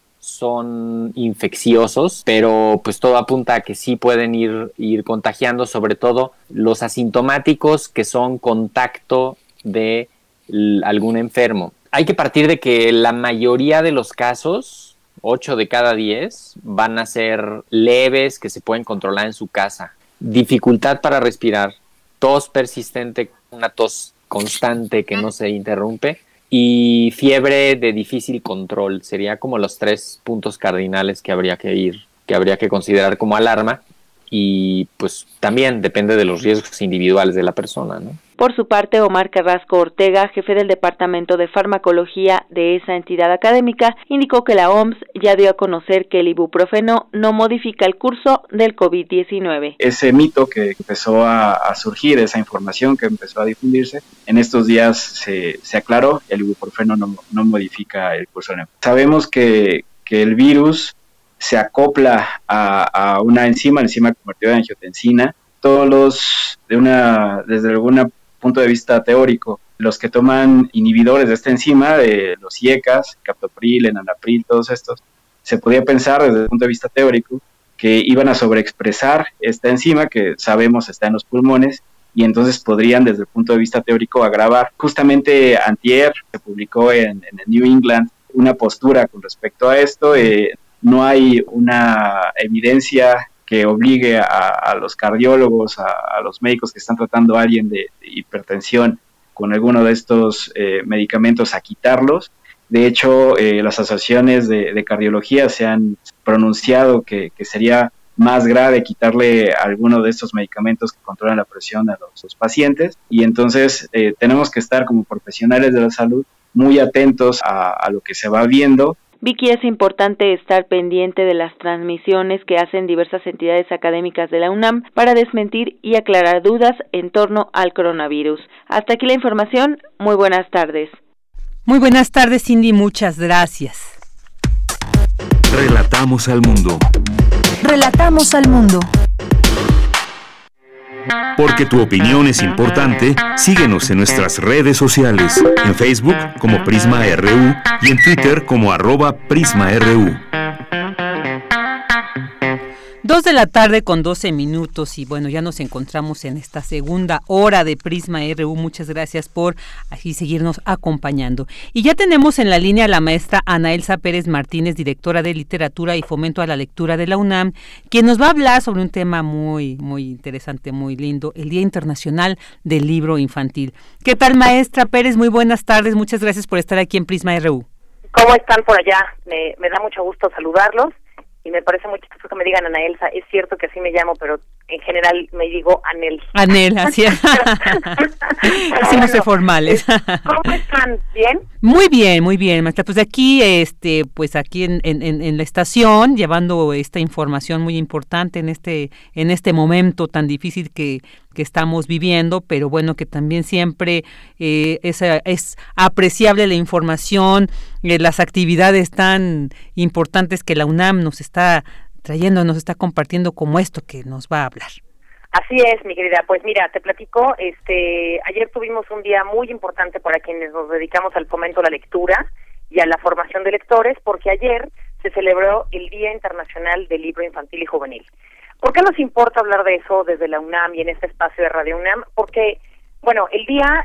son infecciosos, pero pues todo apunta a que sí pueden ir contagiando, sobre todo los asintomáticos que son contacto de algún enfermo. Hay que partir de que la mayoría de los casos, 8 de cada 10, van a ser leves, que se pueden controlar en su casa. Dificultad para respirar, tos persistente, una tos constante que no se interrumpe, y fiebre de difícil control. Sería como los 3 puntos cardinales que habría que considerar como alarma, y pues también depende de los riesgos individuales de la persona, ¿no? Por su parte, Omar Carrasco Ortega, jefe del Departamento de Farmacología de esa entidad académica, indicó que la OMS ya dio a conocer que el ibuprofeno no modifica el curso del COVID-19. Ese mito que empezó a surgir, esa información que empezó a difundirse, en estos días se aclaró, el ibuprofeno no modifica el curso. Sabemos que el virus se acopla a una enzima convertida en angiotensina. Todos desde algún punto de vista teórico, los que toman inhibidores de esta enzima, los IECAs, captopril, enalapril, todos estos, se podía pensar desde el punto de vista teórico que iban a sobreexpresar esta enzima que sabemos está en los pulmones y entonces podrían desde el punto de vista teórico agravar. Justamente antier se publicó en el New England una postura con respecto a esto. No hay una evidencia que obligue a los cardiólogos, a los médicos que están tratando a alguien de hipertensión con alguno de estos medicamentos a quitarlos. De hecho, las asociaciones de cardiología se han pronunciado que sería más grave quitarle alguno de estos medicamentos que controlan la presión a los pacientes. Y entonces tenemos que estar como profesionales de la salud muy atentos a lo que se va viendo. Vicky, es importante estar pendiente de las transmisiones que hacen diversas entidades académicas de la UNAM para desmentir y aclarar dudas en torno al coronavirus. Hasta aquí la información. Muy buenas tardes. Muy buenas tardes, Cindy. Muchas gracias. Relatamos al mundo. Relatamos al mundo. Porque tu opinión es importante, síguenos en nuestras redes sociales, en Facebook como Prisma RU y en Twitter como @PrismaRU. 2:12 p.m. y bueno, ya nos encontramos en esta segunda hora de Prisma RU. Muchas gracias por así seguirnos acompañando. Y ya tenemos en la línea a la maestra Ana Elsa Pérez Martínez, directora de Literatura y Fomento a la Lectura de la UNAM, quien nos va a hablar sobre un tema muy, muy interesante, muy lindo, el Día Internacional del Libro Infantil. ¿Qué tal, maestra Pérez? Muy buenas tardes, muchas gracias por estar aquí en Prisma RU. ¿Cómo están por allá? Me da mucho gusto saludarlos. Y me parece muy chistoso que me digan Ana Elsa. Es cierto que así me llamo, pero en general me digo Anel. Anel, así es. Así no sé formales. ¿Cómo están? ¿Bien? Muy bien, maestra. Pues aquí, pues aquí en la estación, llevando esta información muy importante en este momento tan difícil que estamos viviendo, pero bueno, que también siempre es apreciable la información, las actividades tan importantes que la UNAM nos está trayendo, nos está compartiendo, como esto que nos va a hablar. Así es, mi querida. Pues mira, te platico, ayer tuvimos un día muy importante para quienes nos dedicamos al fomento a la lectura y a la formación de lectores, porque ayer se celebró el Día Internacional del Libro Infantil y Juvenil. ¿Por qué nos importa hablar de eso desde la UNAM y en este espacio de Radio UNAM? Porque, bueno, el día,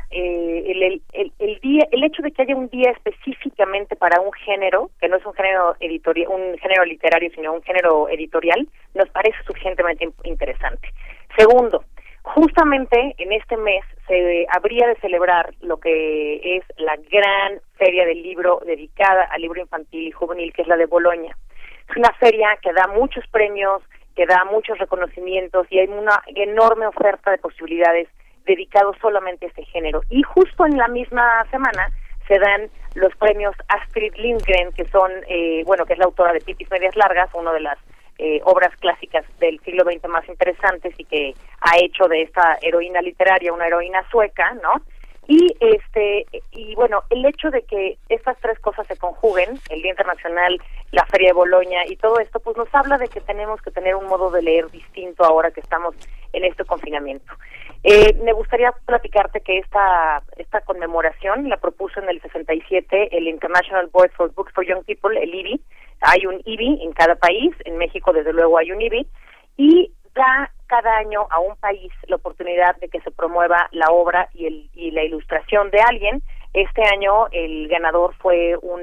el hecho de que haya un día específicamente para un género, que no es un género literario, sino un género editorial, nos parece suficientemente interesante. Segundo, justamente en este mes se habría de celebrar lo que es la gran feria del libro dedicada al libro infantil y juvenil, que es la de Boloña. Es una feria que da muchos premios, que da muchos reconocimientos y hay una enorme oferta de posibilidades dedicados solamente a este género. Y justo en la misma semana se dan los premios Astrid Lindgren, que son, que es la autora de Pipis Medias Largas, una de las obras clásicas del siglo XX más interesantes y que ha hecho de esta heroína literaria una heroína sueca, ¿no? Y bueno, el hecho de que estas tres cosas se conjuguen, el Día Internacional, la Feria de Boloña y todo esto, pues nos habla de que tenemos que tener un modo de leer distinto ahora que estamos en este confinamiento. Me gustaría platicarte que esta conmemoración la propuso en el 67 el International Board for Books for Young People, el IBI. Hay un IBI en cada país, en México desde luego hay un IBI, y da cada año a un país la oportunidad de que se promueva la obra y la ilustración de alguien. Este año el ganador fue un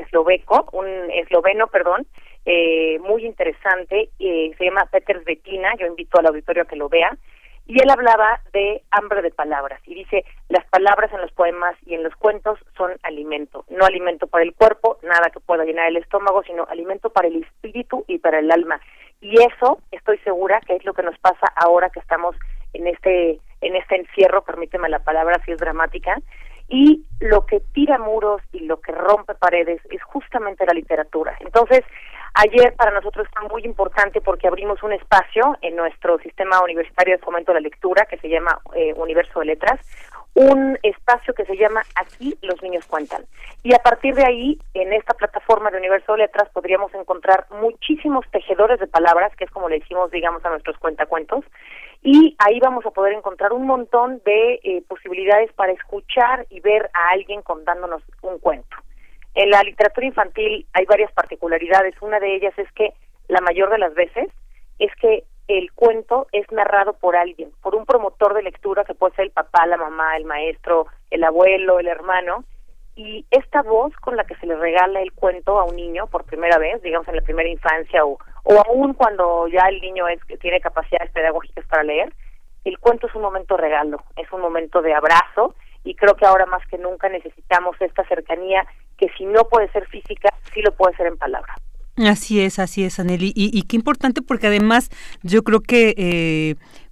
esloveno, muy interesante, se llama Peter Svetlina. Yo invito al auditorio a que lo vea, y él hablaba de hambre de palabras, y dice, las palabras en los poemas y en los cuentos son alimento, no alimento para el cuerpo, nada que pueda llenar el estómago, sino alimento para el espíritu y para el alma. Y eso, estoy segura que es lo que nos pasa ahora que estamos en este encierro, permíteme la palabra si es dramática, y lo que tira muros y lo que rompe paredes es justamente la literatura. Entonces, ayer para nosotros fue muy importante porque abrimos un espacio en nuestro sistema universitario de fomento a la lectura que se llama Universo de Letras, un espacio que se llama Aquí los niños cuentan. Y a partir de ahí, en esta plataforma de Universo de Letras, podríamos encontrar muchísimos tejedores de palabras, que es como le decimos, digamos, a nuestros cuentacuentos, y ahí vamos a poder encontrar un montón de posibilidades para escuchar y ver a alguien contándonos un cuento. En la literatura infantil hay varias particularidades. Una de ellas es que la mayor de las veces es que el cuento es narrado por alguien, por un promotor de lectura que puede ser el papá, la mamá, el maestro, el abuelo, el hermano, y esta voz con la que se le regala el cuento a un niño por primera vez, digamos en la primera infancia o aún cuando ya el niño tiene capacidades pedagógicas para leer, el cuento es un momento regalo, es un momento de abrazo, y creo que ahora más que nunca necesitamos esta cercanía que si no puede ser física, sí lo puede ser en palabras. Así es, Aneli, y qué importante porque además yo creo que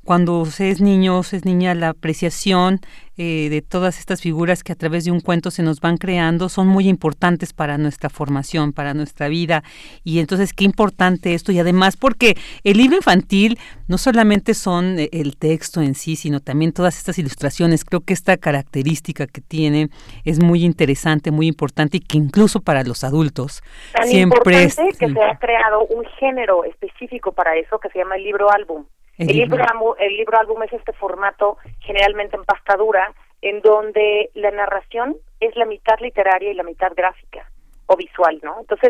cuando se es niño, se es niña, la apreciación de todas estas figuras que a través de un cuento se nos van creando son muy importantes para nuestra formación, para nuestra vida. Y entonces qué importante esto, y además porque el libro infantil no solamente son el texto en sí, sino también todas estas ilustraciones. Creo que esta característica que tiene es muy interesante, muy importante, y que incluso para los adultos tan siempre importante que se ha creado un género específico para eso que se llama el libro álbum. El libro álbum es este formato generalmente en pasta dura, en donde la narración es la mitad literaria y la mitad gráfica o visual, ¿no? Entonces,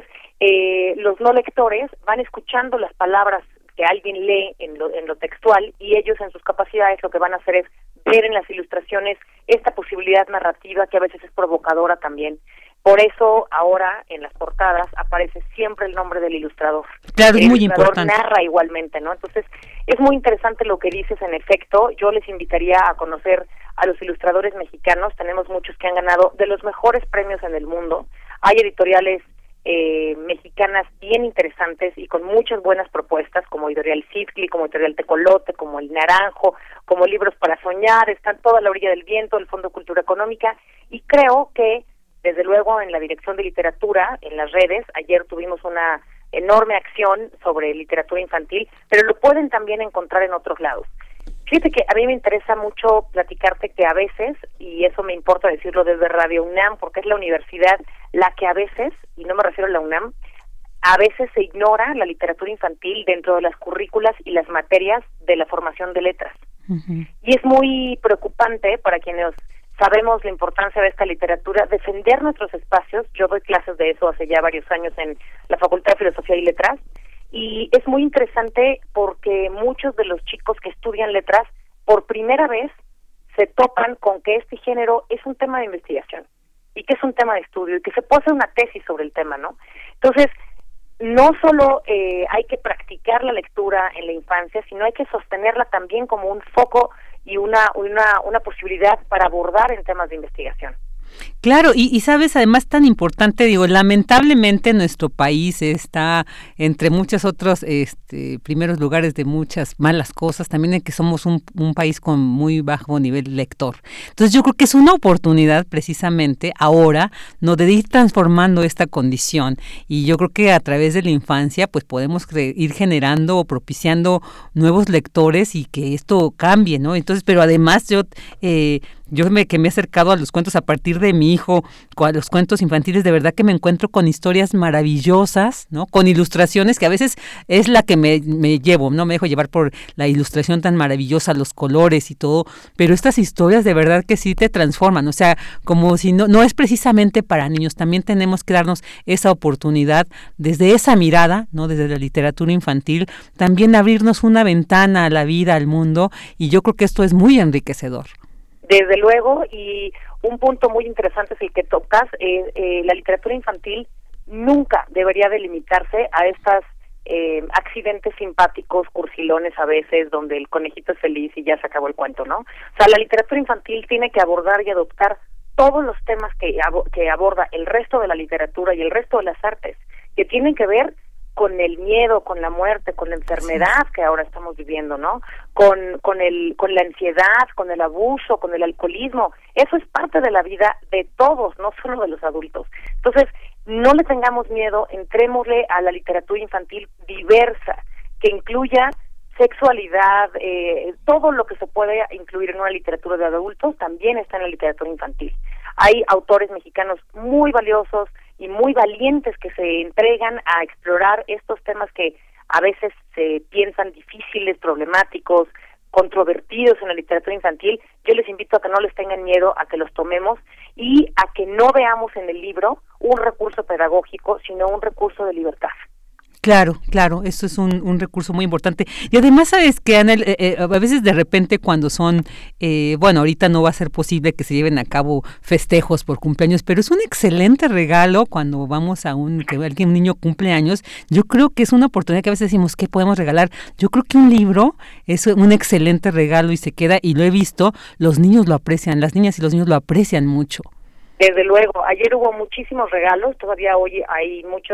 los no lectores van escuchando las palabras que alguien lee en lo textual, y ellos en sus capacidades lo que van a hacer es ver en las ilustraciones esta posibilidad narrativa que a veces es provocadora también. Por eso ahora en las portadas aparece siempre el nombre del ilustrador. Claro, es muy ilustrador importante. Narra igualmente, ¿no? Entonces es muy interesante lo que dices. En efecto, yo les invitaría a conocer a los ilustradores mexicanos. Tenemos muchos que han ganado de los mejores premios en el mundo. Hay editoriales mexicanas bien interesantes y con muchas buenas propuestas, como Editorial Citli, como Editorial Tecolote, como El Naranjo, como Libros para Soñar. Están toda la orilla del viento, el Fondo Cultura Económica, y creo que desde luego en la Dirección de Literatura, en las redes, ayer tuvimos una enorme acción sobre literatura infantil, pero lo pueden también encontrar en otros lados. Fíjate que a mí me interesa mucho platicarte que a veces, y eso me importa decirlo desde Radio UNAM, porque es la universidad la que a veces, y no me refiero a la UNAM, a veces se ignora la literatura infantil dentro de las currículas y las materias de la formación de letras. Uh-huh. Y es muy preocupante para quienes sabemos la importancia de esta literatura, defender nuestros espacios. Yo doy clases de eso hace ya varios años en la Facultad de Filosofía y Letras, y es muy interesante porque muchos de los chicos que estudian letras por primera vez se topan con que este género es un tema de investigación y que es un tema de estudio y que se puede hacer una tesis sobre el tema, ¿no? Entonces, no solo hay que practicar la lectura en la infancia, sino hay que sostenerla también como un foco y una posibilidad para abordar en temas de investigación. Claro, y sabes, además tan importante, digo, lamentablemente nuestro país está entre muchos otros primeros lugares de muchas malas cosas, también en que somos un país con muy bajo nivel lector. Entonces yo creo que es una oportunidad precisamente ahora, ¿no?, de ir transformando esta condición, y yo creo que a través de la infancia pues podemos ir generando o propiciando nuevos lectores y que esto cambie, ¿no? Entonces, pero además yo me he acercado a los cuentos a partir de mi hijo, a los cuentos infantiles, de verdad que me encuentro con historias maravillosas, ¿no? Con ilustraciones que a veces es la que me llevo, no me dejo llevar por la ilustración tan maravillosa, los colores y todo, pero estas historias de verdad que sí te transforman, o sea, como si no es precisamente para niños, también tenemos que darnos esa oportunidad desde esa mirada, ¿no?, desde la literatura infantil, también abrirnos una ventana a la vida, al mundo, y yo creo que esto es muy enriquecedor. Desde luego, y un punto muy interesante es el que tocas. La literatura infantil nunca debería delimitarse a estas accidentes simpáticos, cursilones a veces, donde el conejito es feliz y ya se acabó el cuento, ¿no? O sea, la literatura infantil tiene que abordar y adoptar todos los temas que aborda el resto de la literatura y el resto de las artes, que tienen que ver con el miedo, con la muerte, con la enfermedad que ahora estamos viviendo, ¿no? Con la ansiedad, con el abuso, con el alcoholismo. Eso es parte de la vida de todos, no solo de los adultos. Entonces, no le tengamos miedo, entrémosle a la literatura infantil diversa, que incluya sexualidad, todo lo que se puede incluir en una literatura de adultos también está en la literatura infantil. Hay autores mexicanos muy valiosos y muy valientes que se entregan a explorar estos temas que a veces se piensan difíciles, problemáticos, controvertidos en la literatura infantil. Yo les invito a que no les tengan miedo, a que los tomemos y a que no veamos en el libro un recurso pedagógico, sino un recurso de libertad. Claro, eso es un recurso muy importante. Y además, ¿sabes qué, Anel? A veces de repente cuando son, ahorita no va a ser posible que se lleven a cabo festejos por cumpleaños, pero es un excelente regalo cuando vamos a un niño cumple años. Yo creo que es una oportunidad que a veces decimos, ¿qué podemos regalar? Yo creo que un libro es un excelente regalo y se queda, y lo he visto, los niños lo aprecian, las niñas y los niños lo aprecian mucho. Desde luego, ayer hubo muchísimos regalos, todavía hoy hay muchos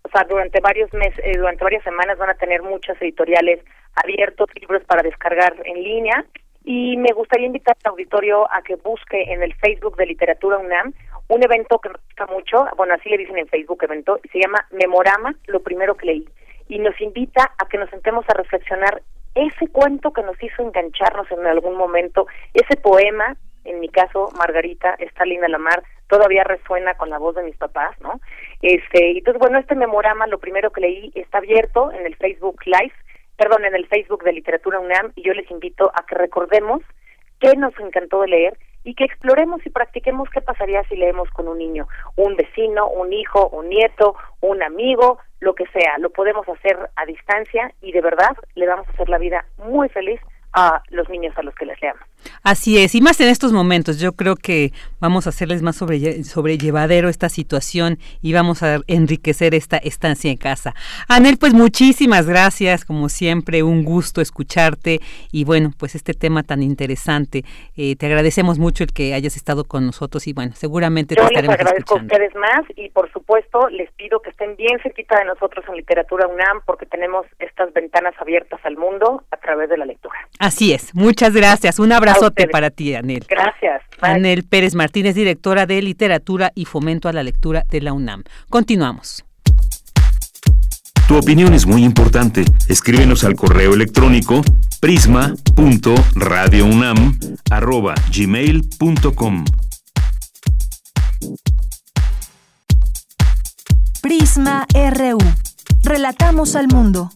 o sea, durante varios meses, durante varias semanas van a tener muchas editoriales abiertos, libros para descargar en línea, y me gustaría invitar al auditorio a que busque en el Facebook de Literatura UNAM un evento que me gusta mucho, bueno, así le dicen en Facebook, evento, se llama Memorama, lo primero que leí, y nos invita a que nos sentemos a reflexionar ese cuento que nos hizo engancharnos en algún momento, ese poema, en mi caso, Margarita, está linda la mar, todavía resuena con la voz de mis papás, ¿no? Entonces, bueno, este Memorama, lo primero que leí, está abierto en el Facebook Live, en el Facebook de Literatura UNAM, y yo les invito a que recordemos qué nos encantó de leer y que exploremos y practiquemos qué pasaría si leemos con un niño, un vecino, un hijo, un nieto, un amigo, lo que sea. Lo podemos hacer a distancia y de verdad le vamos a hacer la vida muy feliz a los niños a los que les leamos. Así es, y más en estos momentos, yo creo que vamos a hacerles más sobrellevadero esta situación y vamos a enriquecer esta estancia en casa. Anel, pues muchísimas gracias, como siempre, un gusto escucharte y bueno, pues este tema tan interesante, te agradecemos mucho el que hayas estado con nosotros y bueno, seguramente te estaremos escuchando. Yo les agradezco a ustedes más y por supuesto les pido que estén bien cerquita de nosotros en Literatura UNAM porque tenemos estas ventanas abiertas al mundo a través de la lectura. Así es, muchas gracias, un abrazote para ti, Anel. Gracias. Bye. Anel Pérez Martínez, directora de Literatura y Fomento a la Lectura de la UNAM. Continuamos. Tu opinión es muy importante. Escríbenos al correo electrónico prisma.radiounam@gmail.com. Prisma RU. Relatamos al mundo.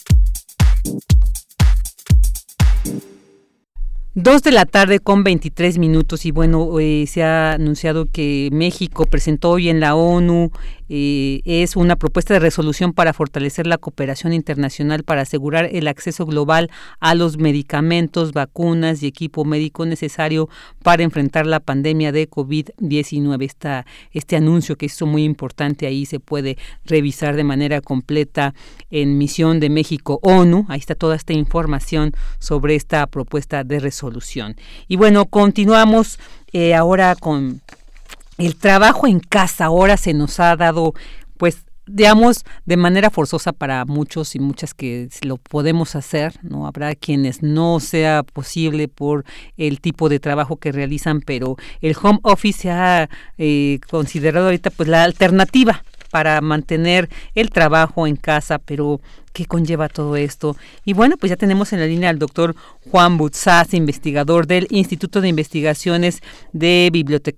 2:23 p.m. y bueno, se ha anunciado que México presentó hoy en la ONU es una propuesta de resolución para fortalecer la cooperación internacional para asegurar el acceso global a los medicamentos, vacunas y equipo médico necesario para enfrentar la pandemia de COVID-19. Este anuncio que hizo muy importante, ahí se puede revisar de manera completa en Misión de México ONU. Ahí está toda esta información sobre esta propuesta de resolución. Y bueno, continuamos ahora con el trabajo en casa. Ahora se nos ha dado, pues, digamos, de manera forzosa para muchos y muchas que lo podemos hacer, ¿no? Habrá quienes no sea posible por el tipo de trabajo que realizan, pero el home office se ha considerado ahorita pues la alternativa para mantener el trabajo en casa, pero ¿qué conlleva todo esto? Y bueno, pues ya tenemos en la línea al doctor Juan Buzás, investigador del Instituto de Investigaciones de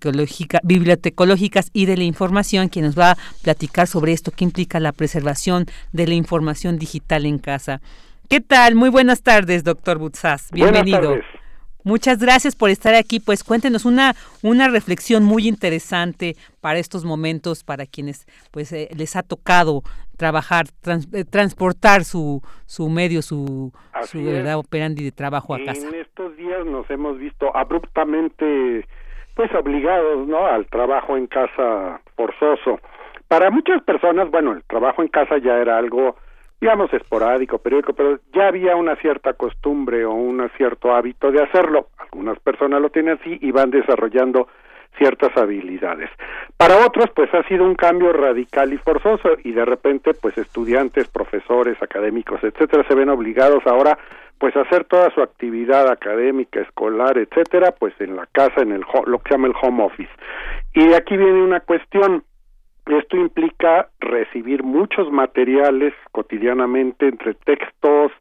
Bibliotecológicas y de la Información, quien nos va a platicar sobre esto, qué implica la preservación de la información digital en casa. ¿Qué tal? Muy buenas tardes, doctor Buzás. Bienvenido. Buenas tardes. Muchas gracias por estar aquí. Pues cuéntenos una reflexión muy interesante para estos momentos, para quienes pues les ha tocado trabajar, transportar su medio, su verdad operandi de trabajo a casa. En estos días nos hemos visto abruptamente pues obligados, ¿no?, al trabajo en casa forzoso. Para muchas personas, bueno, el trabajo en casa ya era algo, digamos, esporádico, periódico, pero ya había una cierta costumbre o un cierto hábito de hacerlo. Algunas personas lo tienen así y van desarrollando ciertas habilidades. Para otros, pues ha sido un cambio radical y forzoso y de repente, pues estudiantes, profesores, académicos, etcétera, se ven obligados ahora, pues a hacer toda su actividad académica, escolar, etcétera, pues en la casa, en lo que se llama el home office. Y de aquí viene una cuestión. Esto implica recibir muchos materiales cotidianamente, entre textos,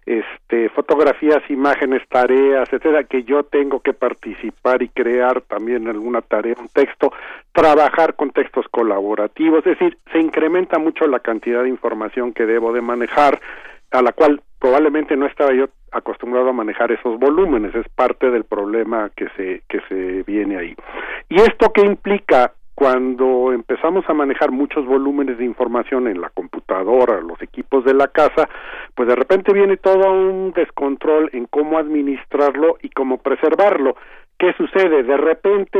fotografías, imágenes, tareas, etcétera, que yo tengo que participar y crear también alguna tarea, un texto, trabajar con textos colaborativos, es decir, se incrementa mucho la cantidad de información que debo de manejar, a la cual probablemente no estaba yo acostumbrado a manejar esos volúmenes, es parte del problema que se viene ahí. ¿Y esto qué implica? Cuando empezamos a manejar muchos volúmenes de información en la computadora, los equipos de la casa, pues de repente viene todo un descontrol en cómo administrarlo y cómo preservarlo. ¿Qué sucede? De repente,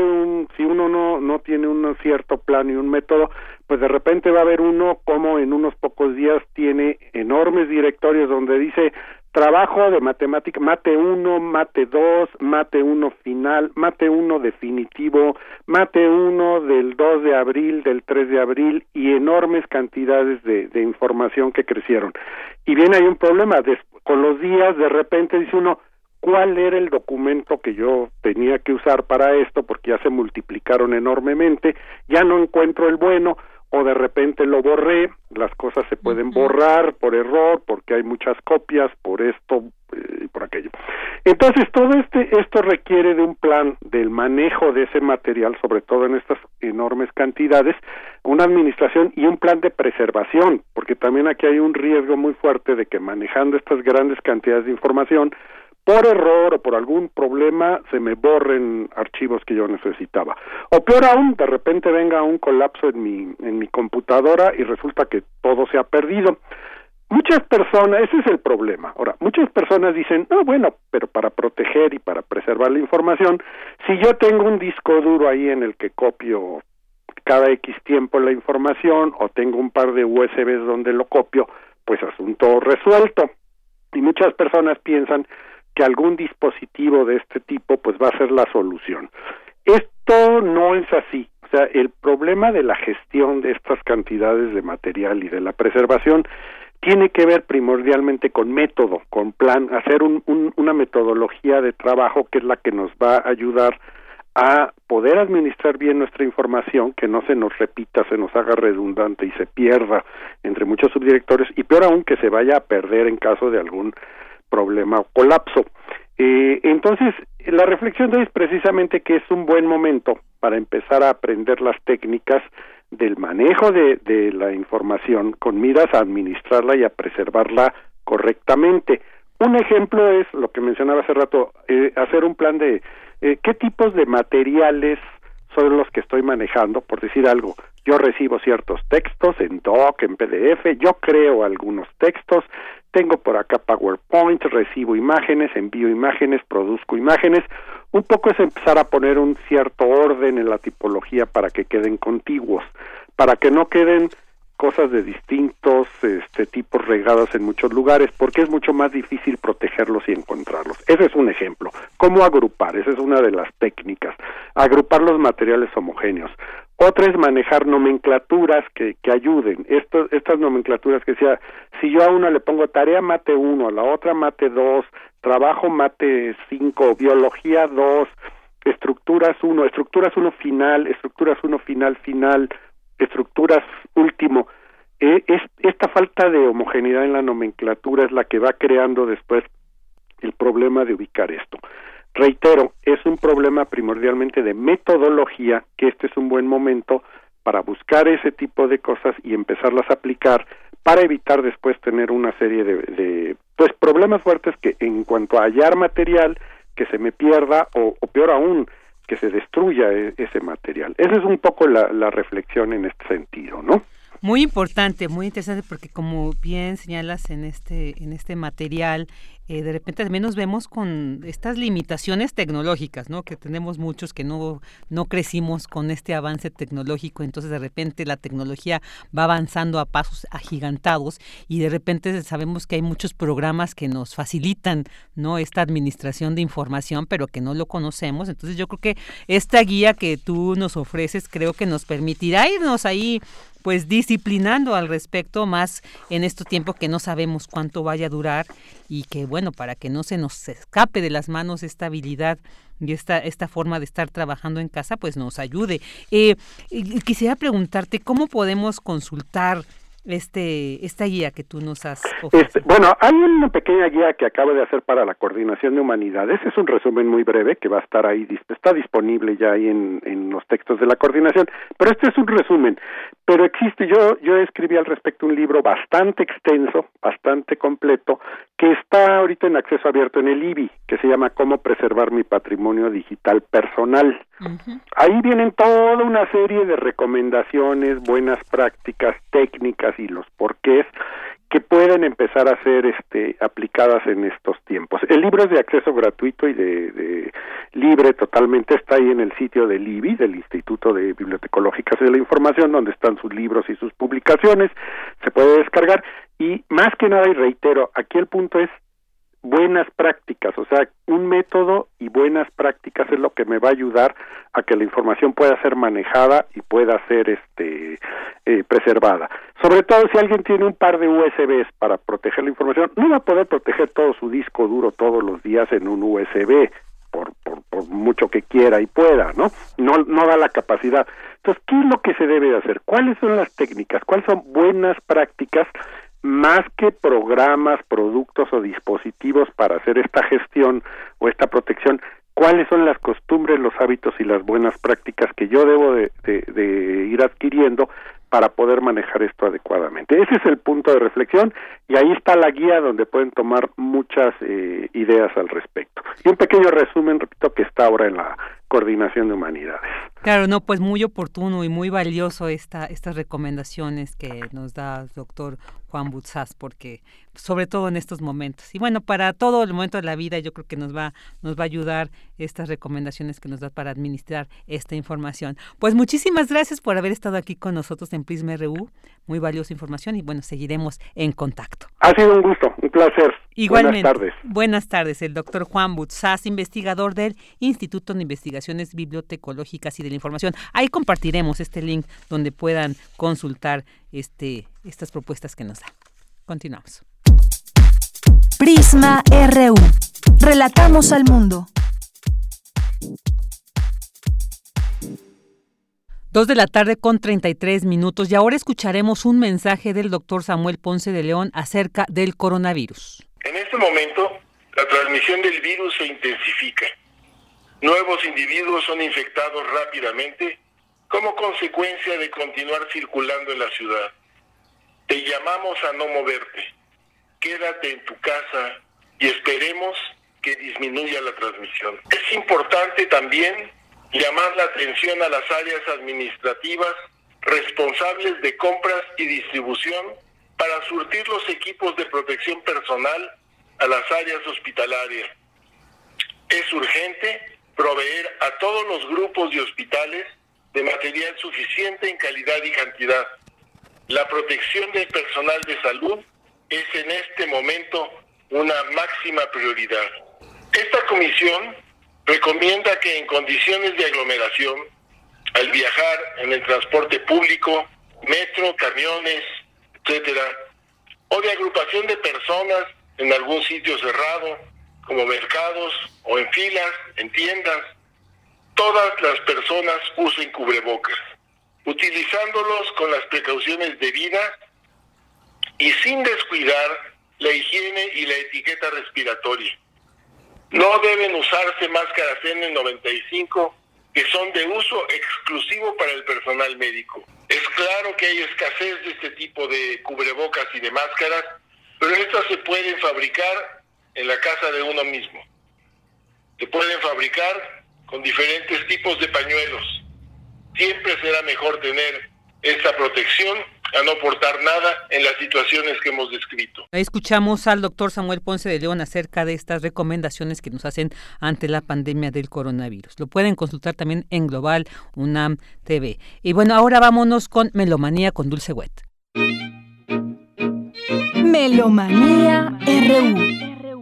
si uno no tiene un cierto plan y un método, pues de repente va a haber uno como en unos pocos días tiene enormes directorios donde dice trabajo de matemática, mate 1, mate 2, mate 1 final, mate 1 definitivo, mate 1 del 2 de abril, del 3 de abril y enormes cantidades de información que crecieron. Y bien, hay un problema, con los días de repente dice uno, ¿cuál era el documento que yo tenía que usar para esto? Porque ya se multiplicaron enormemente, ya no encuentro el bueno, o de repente lo borré, las cosas se pueden borrar por error, porque hay muchas copias, por esto y por aquello. Entonces, todo esto requiere de un plan del manejo de ese material, sobre todo en estas enormes cantidades, una administración y un plan de preservación, porque también aquí hay un riesgo muy fuerte de que manejando estas grandes cantidades de información, por error o por algún problema se me borren archivos que yo necesitaba. O peor aún, de repente venga un colapso en mi computadora y resulta que todo se ha perdido. Muchas personas, ese es el problema. Ahora, muchas personas dicen, no, bueno, pero para proteger y para preservar la información, si yo tengo un disco duro ahí en el que copio cada X tiempo la información o tengo un par de USBs donde lo copio, pues asunto resuelto. Y muchas personas piensan que algún dispositivo de este tipo pues va a ser la solución. Esto no es así. O sea, el problema de la gestión de estas cantidades de material y de la preservación tiene que ver primordialmente con método, con plan, hacer una metodología de trabajo que es la que nos va a ayudar a poder administrar bien nuestra información, que no se nos repita, se nos haga redundante y se pierda entre muchos subdirectores, y peor aún que se vaya a perder en caso de algún problema o colapso. Entonces, la reflexión de hoy es precisamente que es un buen momento para empezar a aprender las técnicas del manejo de la información con miras a administrarla y a preservarla correctamente. Un ejemplo es lo que mencionaba hace rato, hacer un plan de qué tipos de materiales son los que estoy manejando, por decir algo. Yo recibo ciertos textos en doc, en PDF, yo creo algunos textos, tengo por acá PowerPoint, recibo imágenes, envío imágenes, produzco imágenes. Un poco es empezar a poner un cierto orden en la tipología para que queden contiguos, para que no queden cosas de distintos tipos regadas en muchos lugares, porque es mucho más difícil protegerlos y encontrarlos. Ese es un ejemplo. ¿Cómo agrupar? Esa es una de las técnicas. Agrupar los materiales homogéneos. Otra es manejar nomenclaturas que ayuden. Estas nomenclaturas que sea, si yo a una le pongo tarea mate 1, a la otra mate 2, trabajo mate 5, biología 2, estructuras 1 final, estructuras 1 final, estructuras último. Esta falta de homogeneidad en la nomenclatura es la que va creando después el problema de ubicar esto. Reitero, es un problema primordialmente de metodología, que este es un buen momento para buscar ese tipo de cosas y empezarlas a aplicar para evitar después tener una serie de problemas fuertes que en cuanto a hallar material, que se me pierda o peor aún, que se destruya ese material. Esa es un poco la reflexión en este sentido, ¿no? Muy importante, muy interesante, porque como bien señalas en este material, de repente también nos vemos con estas limitaciones tecnológicas, ¿no? Que tenemos muchos que no crecimos con este avance tecnológico, entonces de repente la tecnología va avanzando a pasos agigantados y de repente sabemos que hay muchos programas que nos facilitan, ¿no? Esta administración de información, pero que no lo conocemos. Entonces yo creo que esta guía que tú nos ofreces creo que nos permitirá irnos ahí pues disciplinando al respecto, más en estos tiempos que no sabemos cuánto vaya a durar y que bueno, para que no se nos escape de las manos esta habilidad y esta forma de estar trabajando en casa, pues nos ayude. Quisiera preguntarte, ¿cómo podemos consultar esta guía que tú nos has ofrecido? Bueno, hay una pequeña guía que acabo de hacer para la Coordinación de Humanidades. Es un resumen muy breve que va a estar ahí, está disponible ya ahí en los textos de la coordinación, pero este es un resumen. Pero existe, yo escribí al respecto un libro bastante extenso, bastante completo, que está ahorita en acceso abierto en el IBI, que se llama Cómo preservar mi patrimonio digital personal. Uh-huh. Ahí vienen toda una serie de recomendaciones, buenas prácticas, técnicas y los porqués que pueden empezar a ser aplicadas en estos tiempos. El libro es de acceso gratuito y de libre totalmente, está ahí en el sitio del IBI, del Instituto de Bibliotecológicas y de la Información, donde están sus libros y sus publicaciones, se puede descargar, y más que nada, y reitero, aquí el punto es buenas prácticas, o sea, un método y buenas prácticas es lo que me va a ayudar a que la información pueda ser manejada y pueda ser preservada. Sobre todo si alguien tiene un par de USBs para proteger la información, no va a poder proteger todo su disco duro todos los días en un USB, por mucho que quiera y pueda, ¿no? No da la capacidad. Entonces, ¿qué es lo que se debe de hacer? ¿Cuáles son las técnicas? ¿Cuáles son buenas prácticas más que programas, productos o dispositivos para hacer esta gestión o esta protección? ¿Cuáles son las costumbres, los hábitos y las buenas prácticas que yo debo de ir adquiriendo para poder manejar esto adecuadamente? Ese es el punto de reflexión y ahí está la guía donde pueden tomar muchas ideas al respecto. Y un pequeño resumen, repito, que está ahora en la Coordinación de Humanidades. Claro, no, pues muy oportuno y muy valioso estas recomendaciones que nos da el doctor Juan Butsass, porque sobre todo en estos momentos, y bueno, para todo el momento de la vida, yo creo que nos va a ayudar estas recomendaciones que nos da para administrar esta información. Pues muchísimas gracias por haber estado aquí con nosotros en Prisma RU, muy valiosa información y bueno, seguiremos en contacto. Ha sido un gusto, un placer. Igualmente. Buenas tardes. Buenas tardes, el doctor Juan Butsass, investigador del Instituto de Investigaciones Bibliotecológicas y de la Información. Ahí compartiremos este link donde puedan consultar estas propuestas que nos da. Continuamos. Prisma RU. Relatamos al mundo. 2:33 p.m. y ahora escucharemos un mensaje del doctor Samuel Ponce de León acerca del coronavirus. En este momento, la transmisión del virus se intensifica. Nuevos individuos son infectados rápidamente como consecuencia de continuar circulando en la ciudad. Te llamamos a no moverte. Quédate en tu casa y esperemos que disminuya la transmisión. Es importante también llamar la atención a las áreas administrativas responsables de compras y distribución para surtir los equipos de protección personal a las áreas hospitalarias. Es urgente proveer a todos los grupos de hospitales de material suficiente en calidad y cantidad. La protección del personal de salud es en este momento una máxima prioridad. Esta comisión recomienda que en condiciones de aglomeración, al viajar en el transporte público, metro, camiones, etcétera, o de agrupación de personas en algún sitio cerrado, como mercados o en filas, en tiendas, todas las personas usen cubrebocas, utilizándolos con las precauciones debidas y sin descuidar la higiene y la etiqueta respiratoria. No deben usarse máscaras N95 que son de uso exclusivo para el personal médico. Es claro que hay escasez de este tipo de cubrebocas y de máscaras, pero estas se pueden fabricar en la casa de uno mismo. Se pueden fabricar con diferentes tipos de pañuelos. Siempre será mejor tener esta protección a no portar nada en las situaciones que hemos descrito. Escuchamos al doctor Samuel Ponce de León acerca de estas recomendaciones que nos hacen ante la pandemia del coronavirus. Lo pueden consultar también en Global UNAM TV. Y bueno, ahora vámonos con Melomanía con Dulce Wet. Melomanía RU.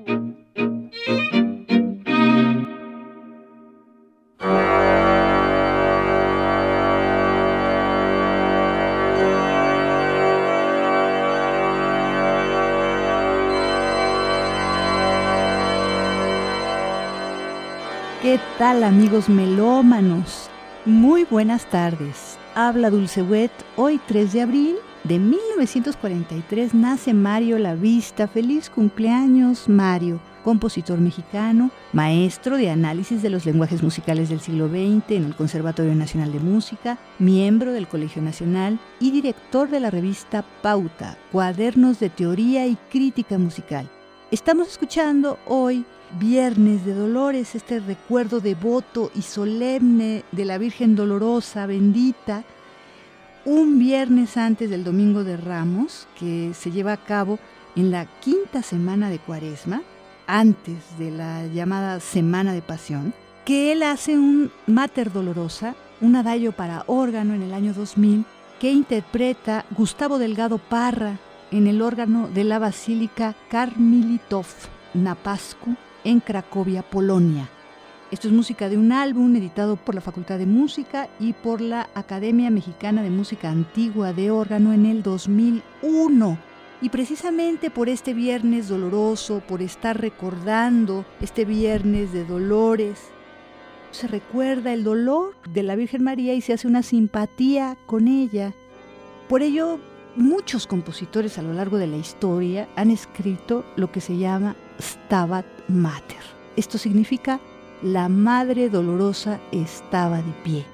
¿Qué tal, amigos melómanos? Muy buenas tardes. Habla Dulce Wet. Hoy 3 de abril de 1943 nace Mario Lavista. Feliz cumpleaños, Mario. Compositor mexicano, maestro de análisis de los lenguajes musicales del siglo XX en el Conservatorio Nacional de Música, miembro del Colegio Nacional y director de la revista Pauta, Cuadernos de Teoría y Crítica Musical. Estamos escuchando hoy Viernes de Dolores, este recuerdo devoto y solemne de la Virgen Dolorosa, bendita, un viernes antes del Domingo de Ramos, que se lleva a cabo en la quinta semana de Cuaresma, antes de la llamada Semana de Pasión, que él hace un Mater Dolorosa, un adagio para órgano en el año 2000, que interpreta Gustavo Delgado Parra en el órgano de la Basílica Karmelitov. na Pascu en Cracovia, Polonia. Esto es música de un álbum editado por la Facultad de Música y por la Academia Mexicana de Música Antigua de órgano en el 2001. Y precisamente por este viernes doloroso, por estar recordando este viernes de dolores, se recuerda el dolor de la Virgen María y se hace una simpatía con ella. Por ello, muchos compositores a lo largo de la historia han escrito lo que se llama Stabat Mater. Esto significa la Madre Dolorosa estaba de pie.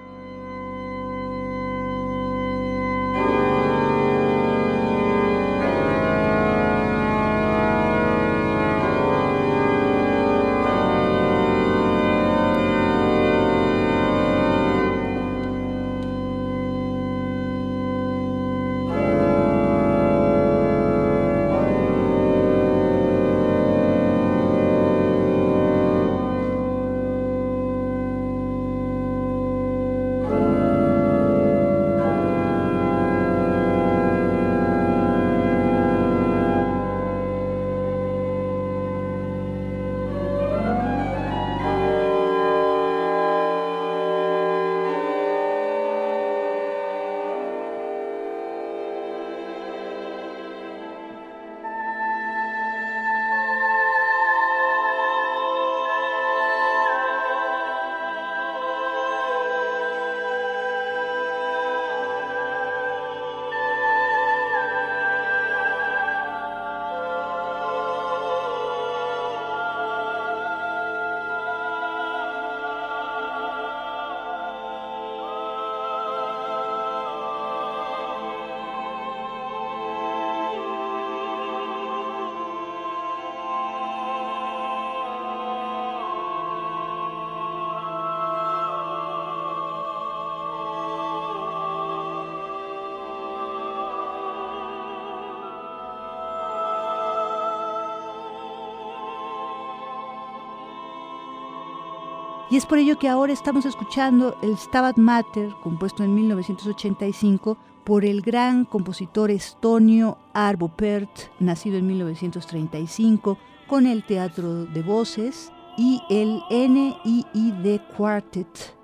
Y es por ello que ahora estamos escuchando el Stabat Mater, compuesto en 1985 por el gran compositor estonio Arvo Pärt, nacido en 1935, con el Teatro de Voces y el NIID Quartet.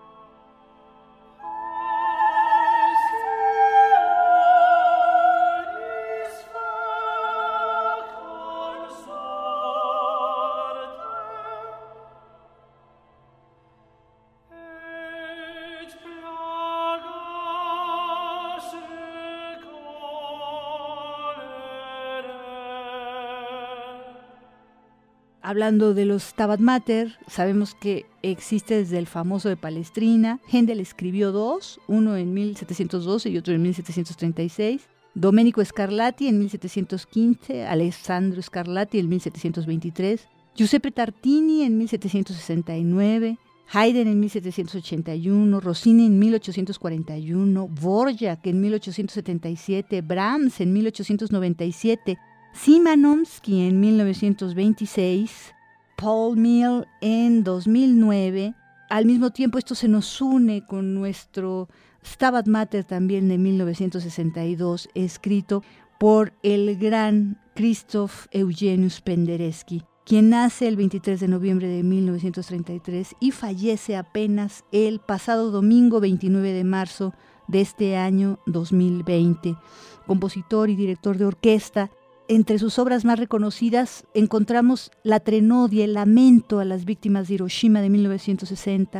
Hablando de los Stabat Mater, sabemos que existe desde el famoso de Palestrina. Händel escribió dos, uno en 1712 y otro en 1736. Domenico Scarlatti en 1715, Alessandro Scarlatti en 1723, Giuseppe Tartini en 1769, Haydn en 1781, Rossini en 1841, Dvorak en 1877, Brahms en 1897, Szymanowski en 1926, Paul Mill en 2009. Al mismo tiempo esto se nos une con nuestro Stabat Mater también de 1962, escrito por el gran Krzysztof Eugeniusz Penderecki, quien nace el 23 de noviembre de 1933 y fallece apenas el pasado domingo 29 de marzo de este año 2020. Compositor y director de orquesta. Entre sus obras más reconocidas encontramos La Trenodia, el lamento a las víctimas de Hiroshima de 1960.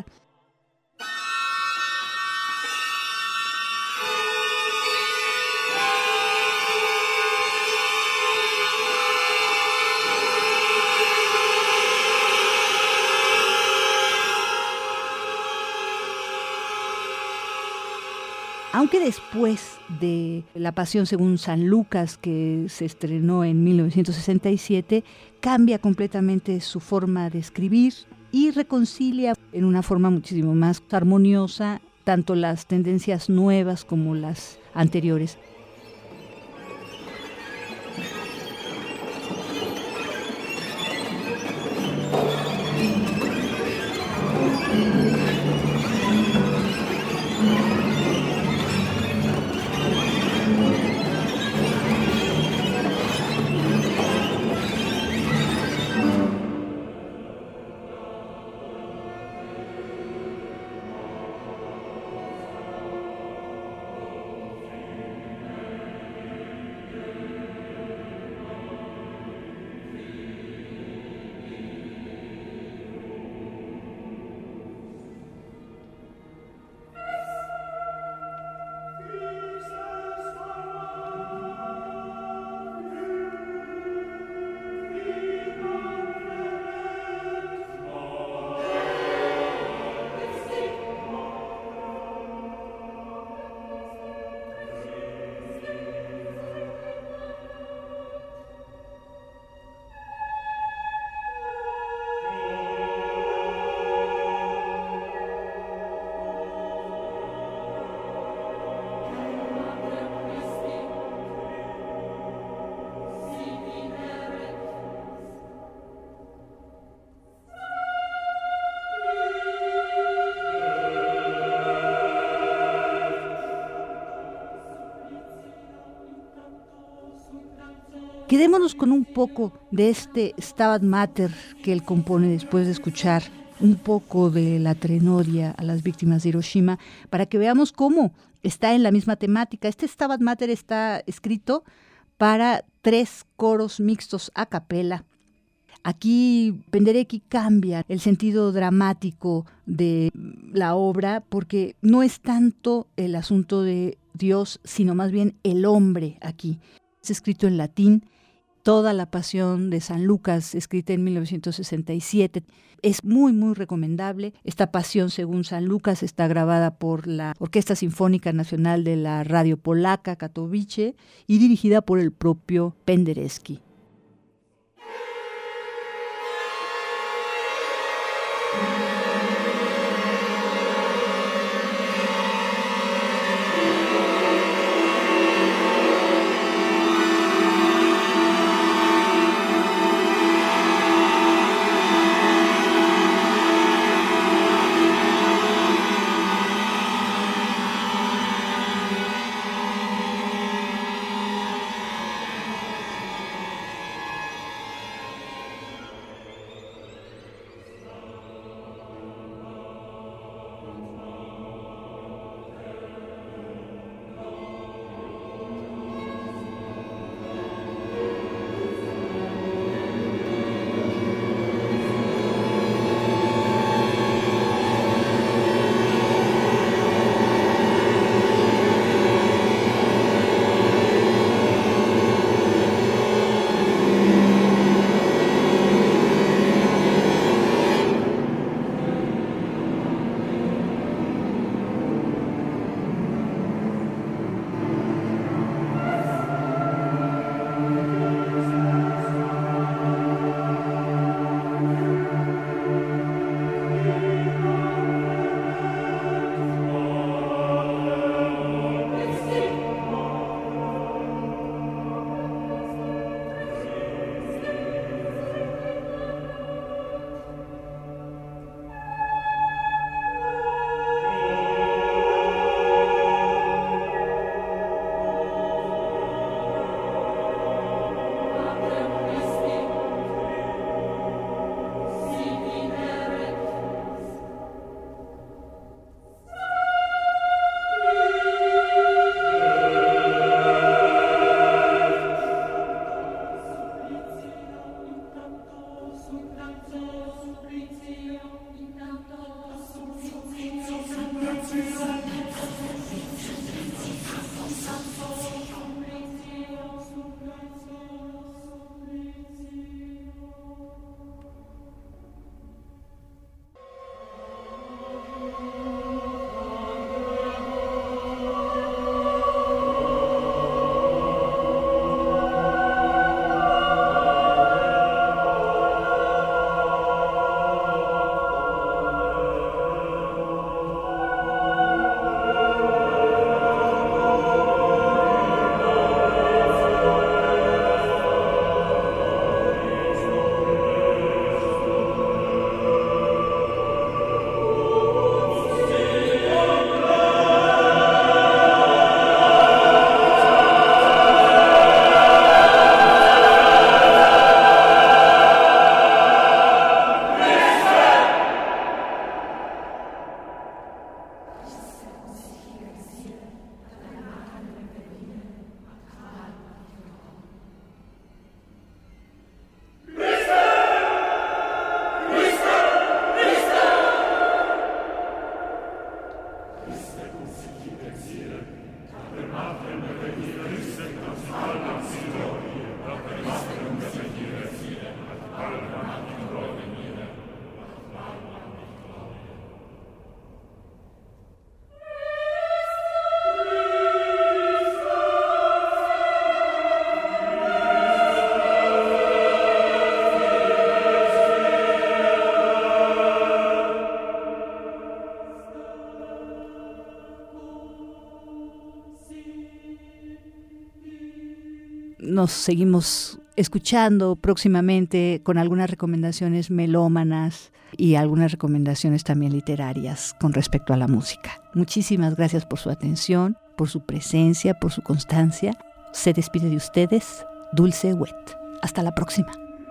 Aunque después de La Pasión según San Lucas, que se estrenó en 1967, cambia completamente su forma de escribir y reconcilia en una forma muchísimo más armoniosa tanto las tendencias nuevas como las anteriores. quedémonos con un poco de este Stabat Mater que él compone después de escuchar un poco de la trenodia a las víctimas de Hiroshima, para que veamos cómo está en la misma temática. Este Stabat Mater está escrito para 3 coros mixtos a capela. Aquí Penderecki cambia el sentido dramático de la obra, porque no es tanto el asunto de Dios, sino más bien el hombre aquí. Es escrito en latín. Toda la Pasión de San Lucas, escrita en 1967. Es muy, muy recomendable. Esta Pasión, según San Lucas, está grabada por la Orquesta Sinfónica Nacional de la Radio Polaca, Katowice, y dirigida por el propio Penderecki. nos seguimos escuchando próximamente con algunas recomendaciones melómanas y algunas recomendaciones también literarias con respecto a la música. Muchísimas gracias por su atención, por su presencia, por su constancia. Se despide de ustedes Dulce Wet. Hasta la próxima.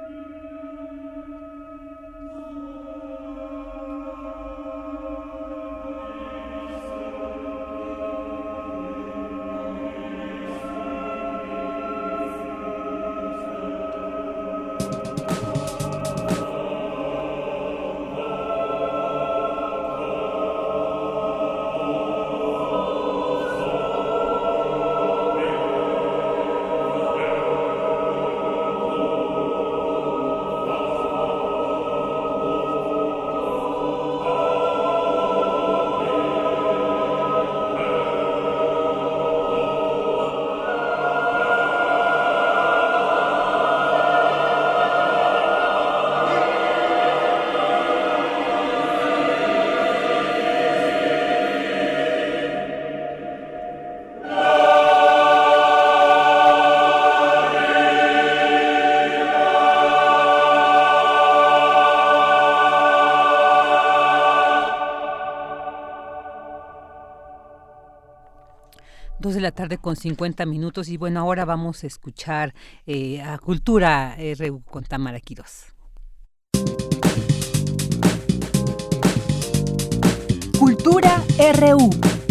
De la tarde con 50 minutos y bueno, ahora vamos a escuchar a Cultura RU con Tamara Quirós. Cultura RU.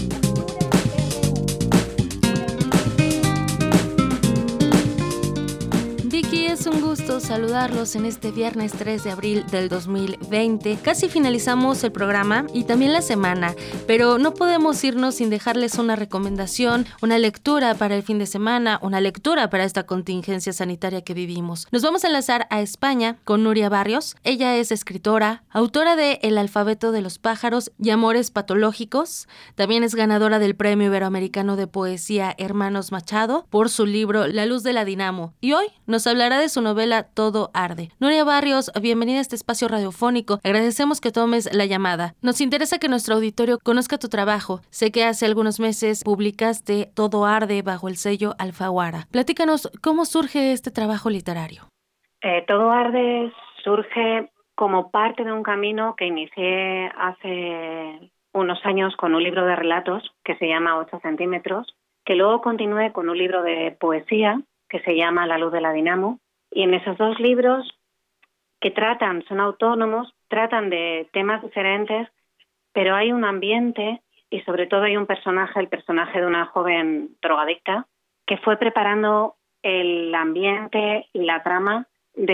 Vicky, es un gusto saludarlos en este viernes 3 de abril del 2020. Casi finalizamos el programa y también la semana, pero no podemos irnos sin dejarles una recomendación, una lectura para el fin de semana, una lectura para esta contingencia sanitaria que vivimos. Nos vamos a enlazar a España con Nuria Barrios. Ella es escritora, autora de El alfabeto de los pájaros y Amores patológicos. También es ganadora del Premio Iberoamericano de Poesía Hermanos Machado por su libro La luz de la dinamo. Y hoy nos hablará de su novela Todo arde. Nuria Barrios, bienvenida a este espacio radiofónico. Agradecemos que tomes la llamada. Nos interesa que nuestro auditorio conozca tu trabajo. Sé que hace algunos meses publicaste Todo arde bajo el sello Alfaguara. Platícanos, ¿cómo surge este trabajo literario? Todo arde surge como parte de un camino que inicié hace unos años con un libro de relatos que se llama 8 centímetros, que luego continué con un libro de poesía que se llama La luz de la dinamo, y en esos dos libros que son autónomos, tratan de temas diferentes, pero hay un ambiente y sobre todo hay un personaje, el personaje de una joven drogadicta, que fue preparando el ambiente y la trama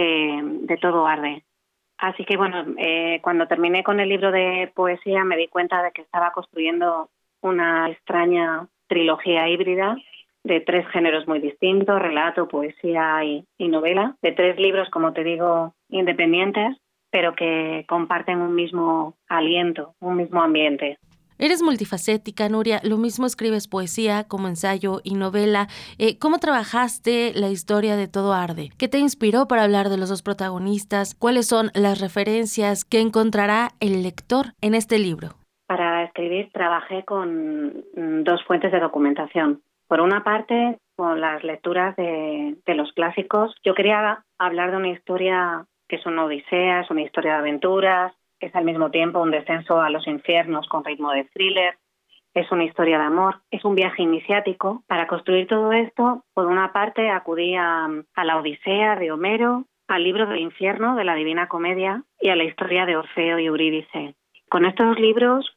de Todo arde. Así que bueno, cuando terminé con el libro de poesía me di cuenta de que estaba construyendo una extraña trilogía híbrida de 3 géneros muy distintos, relato, poesía y novela, de 3 libros, como te digo, independientes, pero que comparten un mismo aliento, un mismo ambiente. Eres multifacética, Nuria, lo mismo escribes poesía como ensayo y novela. ¿Cómo trabajaste la historia de Todo arde? ¿Qué te inspiró para hablar de los dos protagonistas? ¿Cuáles son las referencias que encontrará el lector en este libro? Para escribir trabajé con 2 fuentes de documentación. Por una parte, con las lecturas de los clásicos. Yo quería hablar de una historia que es una odisea, es una historia de aventuras, es al mismo tiempo un descenso a los infiernos con ritmo de thriller, es una historia de amor, es un viaje iniciático. Para construir todo esto, por una parte acudí a la Odisea de Homero, al libro del infierno de la Divina Comedia y a la historia de Orfeo y Eurídice. Con estos libros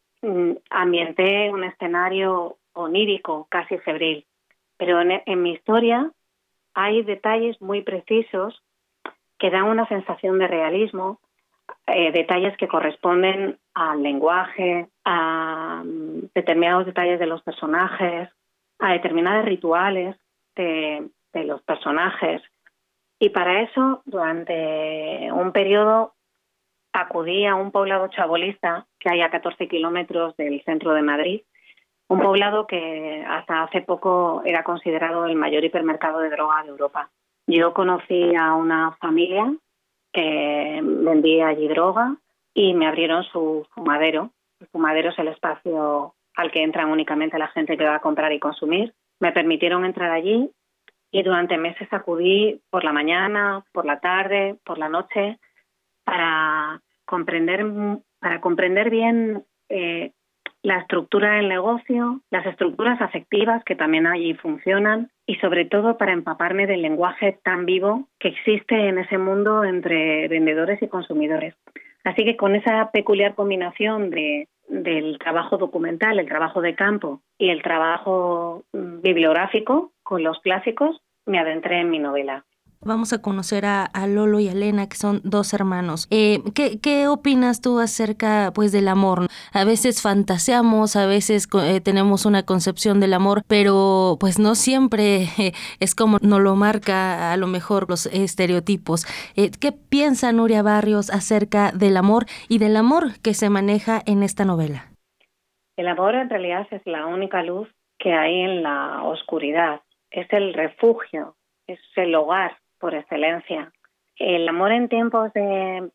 ambienté un escenario onírico, casi febril, pero en mi historia hay detalles muy precisos que dan una sensación de realismo, detalles que corresponden al lenguaje, a determinados detalles de los personajes, a determinados rituales de los personajes. Y para eso, durante un periodo, acudí a un poblado chabolista que hay a 14 kilómetros del centro de Madrid, un poblado que hasta hace poco era considerado el mayor hipermercado de droga de Europa. Yo conocí a una familia que vendía allí droga y me abrieron su fumadero. El fumadero es el espacio al que entran únicamente la gente que va a comprar y consumir. Me permitieron entrar allí y durante meses acudí por la mañana, por la tarde, por la noche para comprender bien la estructura del negocio, las estructuras afectivas que también allí funcionan y sobre todo para empaparme del lenguaje tan vivo que existe en ese mundo entre vendedores y consumidores. Así que con esa peculiar combinación del trabajo documental, el trabajo de campo y el trabajo bibliográfico con los clásicos, me adentré en mi novela. Vamos a conocer a Lolo y a Elena, que son dos hermanos. ¿Qué opinas tú acerca pues del amor? A veces fantaseamos, a veces tenemos una concepción del amor, pero pues no siempre es como nos lo marca a lo mejor los estereotipos. ¿Qué piensa Nuria Barrios acerca del amor y del amor que se maneja en esta novela? El amor en realidad es la única luz que hay en la oscuridad. Es el refugio, es el hogar por excelencia. El amor en tiempos en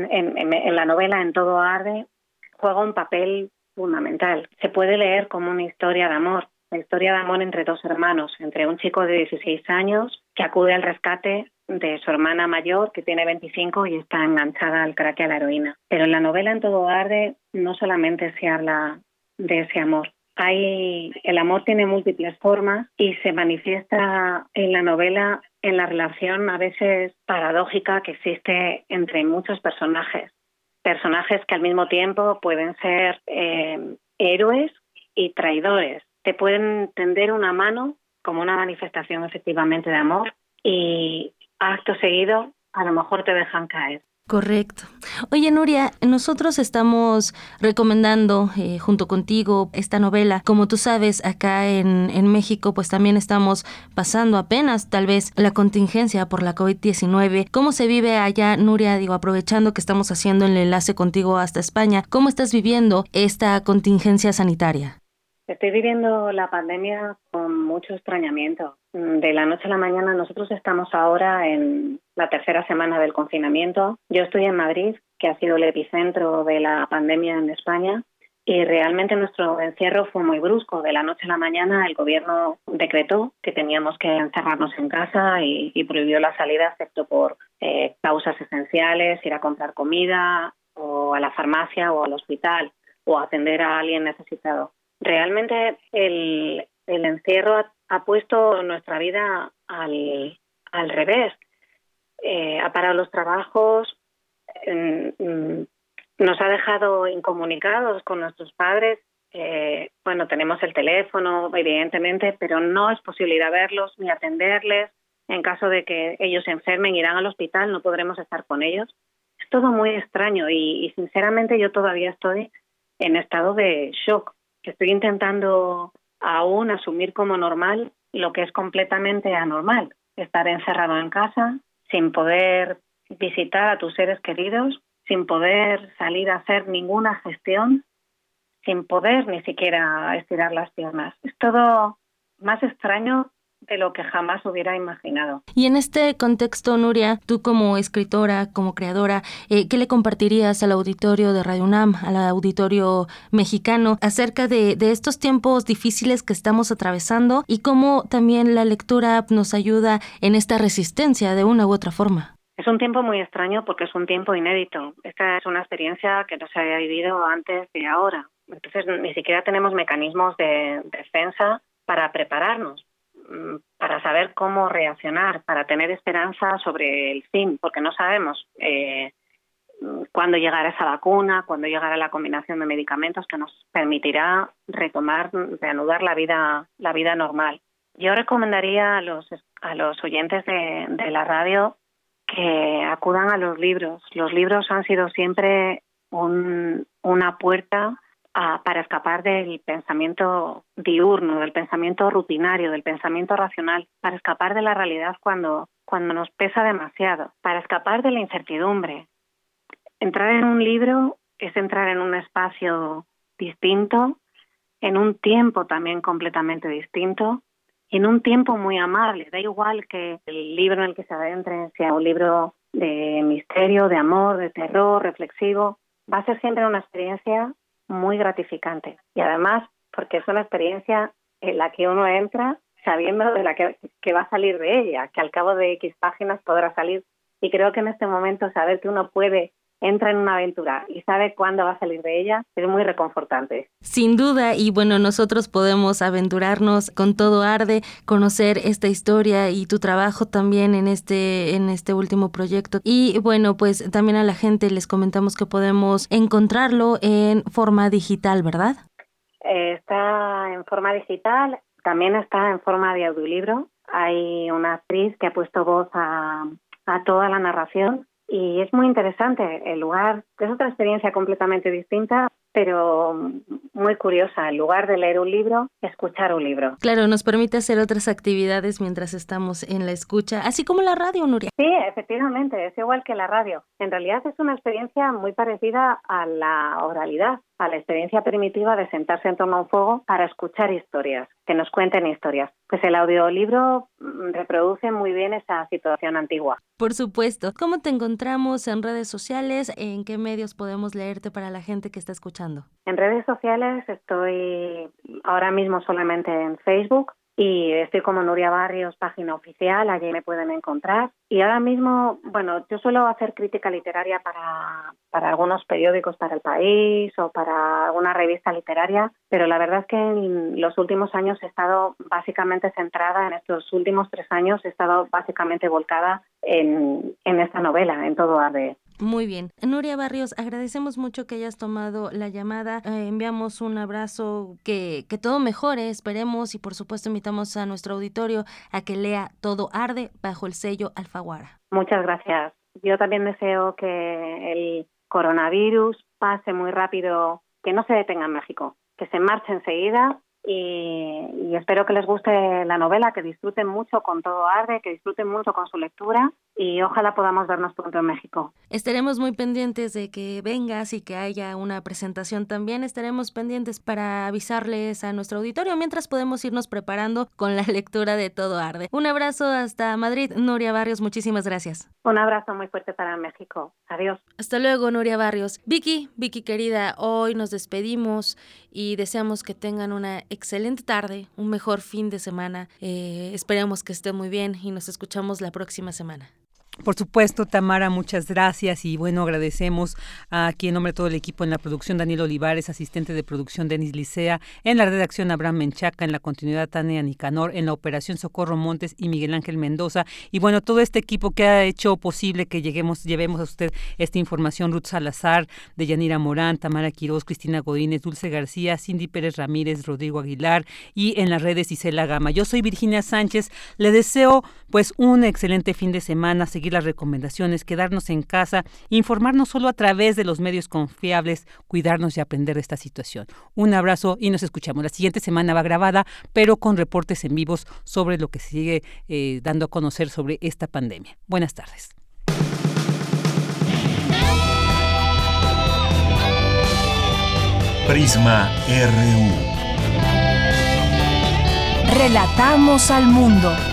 la novela En todo arde juega un papel fundamental. Se puede leer como una historia de amor, la historia de amor entre dos hermanos, entre un chico de 16 años que acude al rescate de su hermana mayor que tiene 25 y está enganchada al crack y a la heroína. Pero en la novela En todo arde no solamente se habla de ese amor. El amor tiene múltiples formas y se manifiesta en la novela en la relación a veces paradójica que existe entre muchos personajes que al mismo tiempo pueden ser héroes y traidores. Te pueden tender una mano como una manifestación efectivamente de amor y acto seguido a lo mejor te dejan caer. Correcto. Oye, Nuria, nosotros estamos recomendando junto contigo esta novela. Como tú sabes, acá en México pues también estamos pasando apenas tal vez la contingencia por la COVID-19. ¿Cómo se vive allá, Nuria? Aprovechando que estamos haciendo el enlace contigo hasta España, ¿cómo estás viviendo esta contingencia sanitaria? Estoy viviendo la pandemia con mucho extrañamiento. De la noche a la mañana, nosotros estamos ahora en la tercera semana del confinamiento. Yo estoy en Madrid, que ha sido el epicentro de la pandemia en España, y realmente nuestro encierro fue muy brusco. De la noche a la mañana el gobierno decretó que teníamos que encerrarnos en casa y prohibió la salida excepto por causas esenciales, ir a comprar comida o a la farmacia o al hospital o atender a alguien necesitado. Realmente el encierro ha puesto nuestra vida al revés. Ha parado los trabajos, nos ha dejado incomunicados con nuestros padres. Tenemos el teléfono, evidentemente, pero no es posibilidad verlos ni atenderles. En caso de que ellos se enfermen, irán al hospital, no podremos estar con ellos. Es todo muy extraño y sinceramente yo todavía estoy en estado de shock. Estoy intentando aún asumir como normal lo que es completamente anormal. Estar encerrado en casa, sin poder visitar a tus seres queridos, sin poder salir a hacer ninguna gestión, sin poder ni siquiera estirar las piernas. Es todo más extraño de lo que jamás hubiera imaginado. Y en este contexto, Nuria, tú como escritora, como creadora, ¿qué le compartirías al auditorio de Radio UNAM, al auditorio mexicano, acerca de estos tiempos difíciles que estamos atravesando y cómo también la lectura nos ayuda en esta resistencia de una u otra forma? Es un tiempo muy extraño porque es un tiempo inédito. Esta es una experiencia que no se había vivido antes de ahora. Entonces, ni siquiera tenemos mecanismos de defensa para prepararnos, para saber cómo reaccionar, para tener esperanza sobre el fin, porque no sabemos cuándo llegará esa vacuna, cuándo llegará la combinación de medicamentos que nos permitirá reanudar la vida normal. Yo recomendaría a los oyentes de la radio que acudan a los libros. Los libros han sido siempre una puerta para escapar del pensamiento diurno, del pensamiento rutinario, del pensamiento racional, para escapar de la realidad cuando nos pesa demasiado, para escapar de la incertidumbre. Entrar en un libro es entrar en un espacio distinto, en un tiempo también completamente distinto, y en un tiempo muy amable. Da igual que el libro en el que se adentre sea un libro de misterio, de amor, de terror, reflexivo, va a ser siempre una experiencia muy gratificante. Y además, porque es una experiencia en la que uno entra sabiendo de la que va a salir de ella, que al cabo de X páginas podrá salir. Y creo que en este momento saber que uno puede entra en una aventura y sabe cuándo va a salir de ella, es muy reconfortante. Sin duda, y bueno, nosotros podemos aventurarnos con Todo Arde, conocer esta historia y tu trabajo también en este último proyecto. Y bueno, pues también a la gente les comentamos que podemos encontrarlo en forma digital, ¿verdad? Está en forma digital, también está en forma de audiolibro. Hay una actriz que ha puesto voz a toda la narración y es muy interesante. El lugar es otra experiencia completamente distinta, pero muy curiosa. En lugar de leer un libro, escuchar un libro. Claro, nos permite hacer otras actividades mientras estamos en la escucha, así como la radio, Nuria. Sí, efectivamente, es igual que la radio. En realidad es una experiencia muy parecida a la oralidad, a la experiencia primitiva de sentarse en torno a un fuego para escuchar historias, que nos cuenten historias. Pues el audiolibro reproduce muy bien esa situación antigua. Por supuesto. ¿Cómo te encontramos en redes sociales? ¿En qué medios podemos leerte para la gente que está escuchando? En redes sociales estoy ahora mismo solamente en Facebook y estoy como Nuria Barrios, página oficial, allí me pueden encontrar. Y ahora mismo, bueno, yo suelo hacer crítica literaria para algunos periódicos, para El País o para alguna revista literaria, pero la verdad es que en los últimos años he estado básicamente centrada, en estos últimos 3 años he estado básicamente volcada en esta novela, en Todo Arde. Muy bien. Nuria Barrios, agradecemos mucho que hayas tomado la llamada. Enviamos un abrazo, que todo mejore, esperemos, y por supuesto invitamos a nuestro auditorio a que lea Todo Arde bajo el sello Alfaguara. Muchas gracias. Yo también deseo que el coronavirus pase muy rápido, que no se detenga en México, que se marche enseguida. Y espero que les guste la novela, que disfruten mucho con Todo Arde, que disfruten mucho con su lectura y ojalá podamos vernos pronto en México. Estaremos muy pendientes de que vengas y que haya una presentación también. Estaremos pendientes para avisarles a nuestro auditorio mientras podemos irnos preparando con la lectura de Todo Arde. Un abrazo hasta Madrid, Nuria Barrios, muchísimas gracias. Un abrazo muy fuerte para México. Adiós. Hasta luego, Nuria Barrios. Vicky querida, hoy nos despedimos y deseamos que tengan una excelente tarde, un mejor fin de semana. Esperemos que estén muy bien y nos escuchamos la próxima semana. Por supuesto, Tamara, muchas gracias y bueno, agradecemos aquí en nombre de todo el equipo en la producción, Daniel Olivares, asistente de producción Denis Licea, en la redacción Abraham Menchaca, en la continuidad Tania Nicanor, en la operación Socorro Montes y Miguel Ángel Mendoza y bueno, todo este equipo que ha hecho posible que llevemos a usted esta información, Ruth Salazar, Deyanira Morán, Tamara Quiroz, Cristina Godínez, Dulce García, Cindy Pérez Ramírez, Rodrigo Aguilar y en las redes Isela Gama. Yo soy Virginia Sánchez, le deseo pues un excelente fin de semana, seguir las recomendaciones, quedarnos en casa, informarnos solo a través de los medios confiables, cuidarnos y aprender de esta situación. Un abrazo y nos escuchamos. La siguiente semana va grabada, pero con reportes en vivos sobre lo que se sigue dando a conocer sobre esta pandemia. Buenas tardes. Prisma RU. Relatamos al mundo.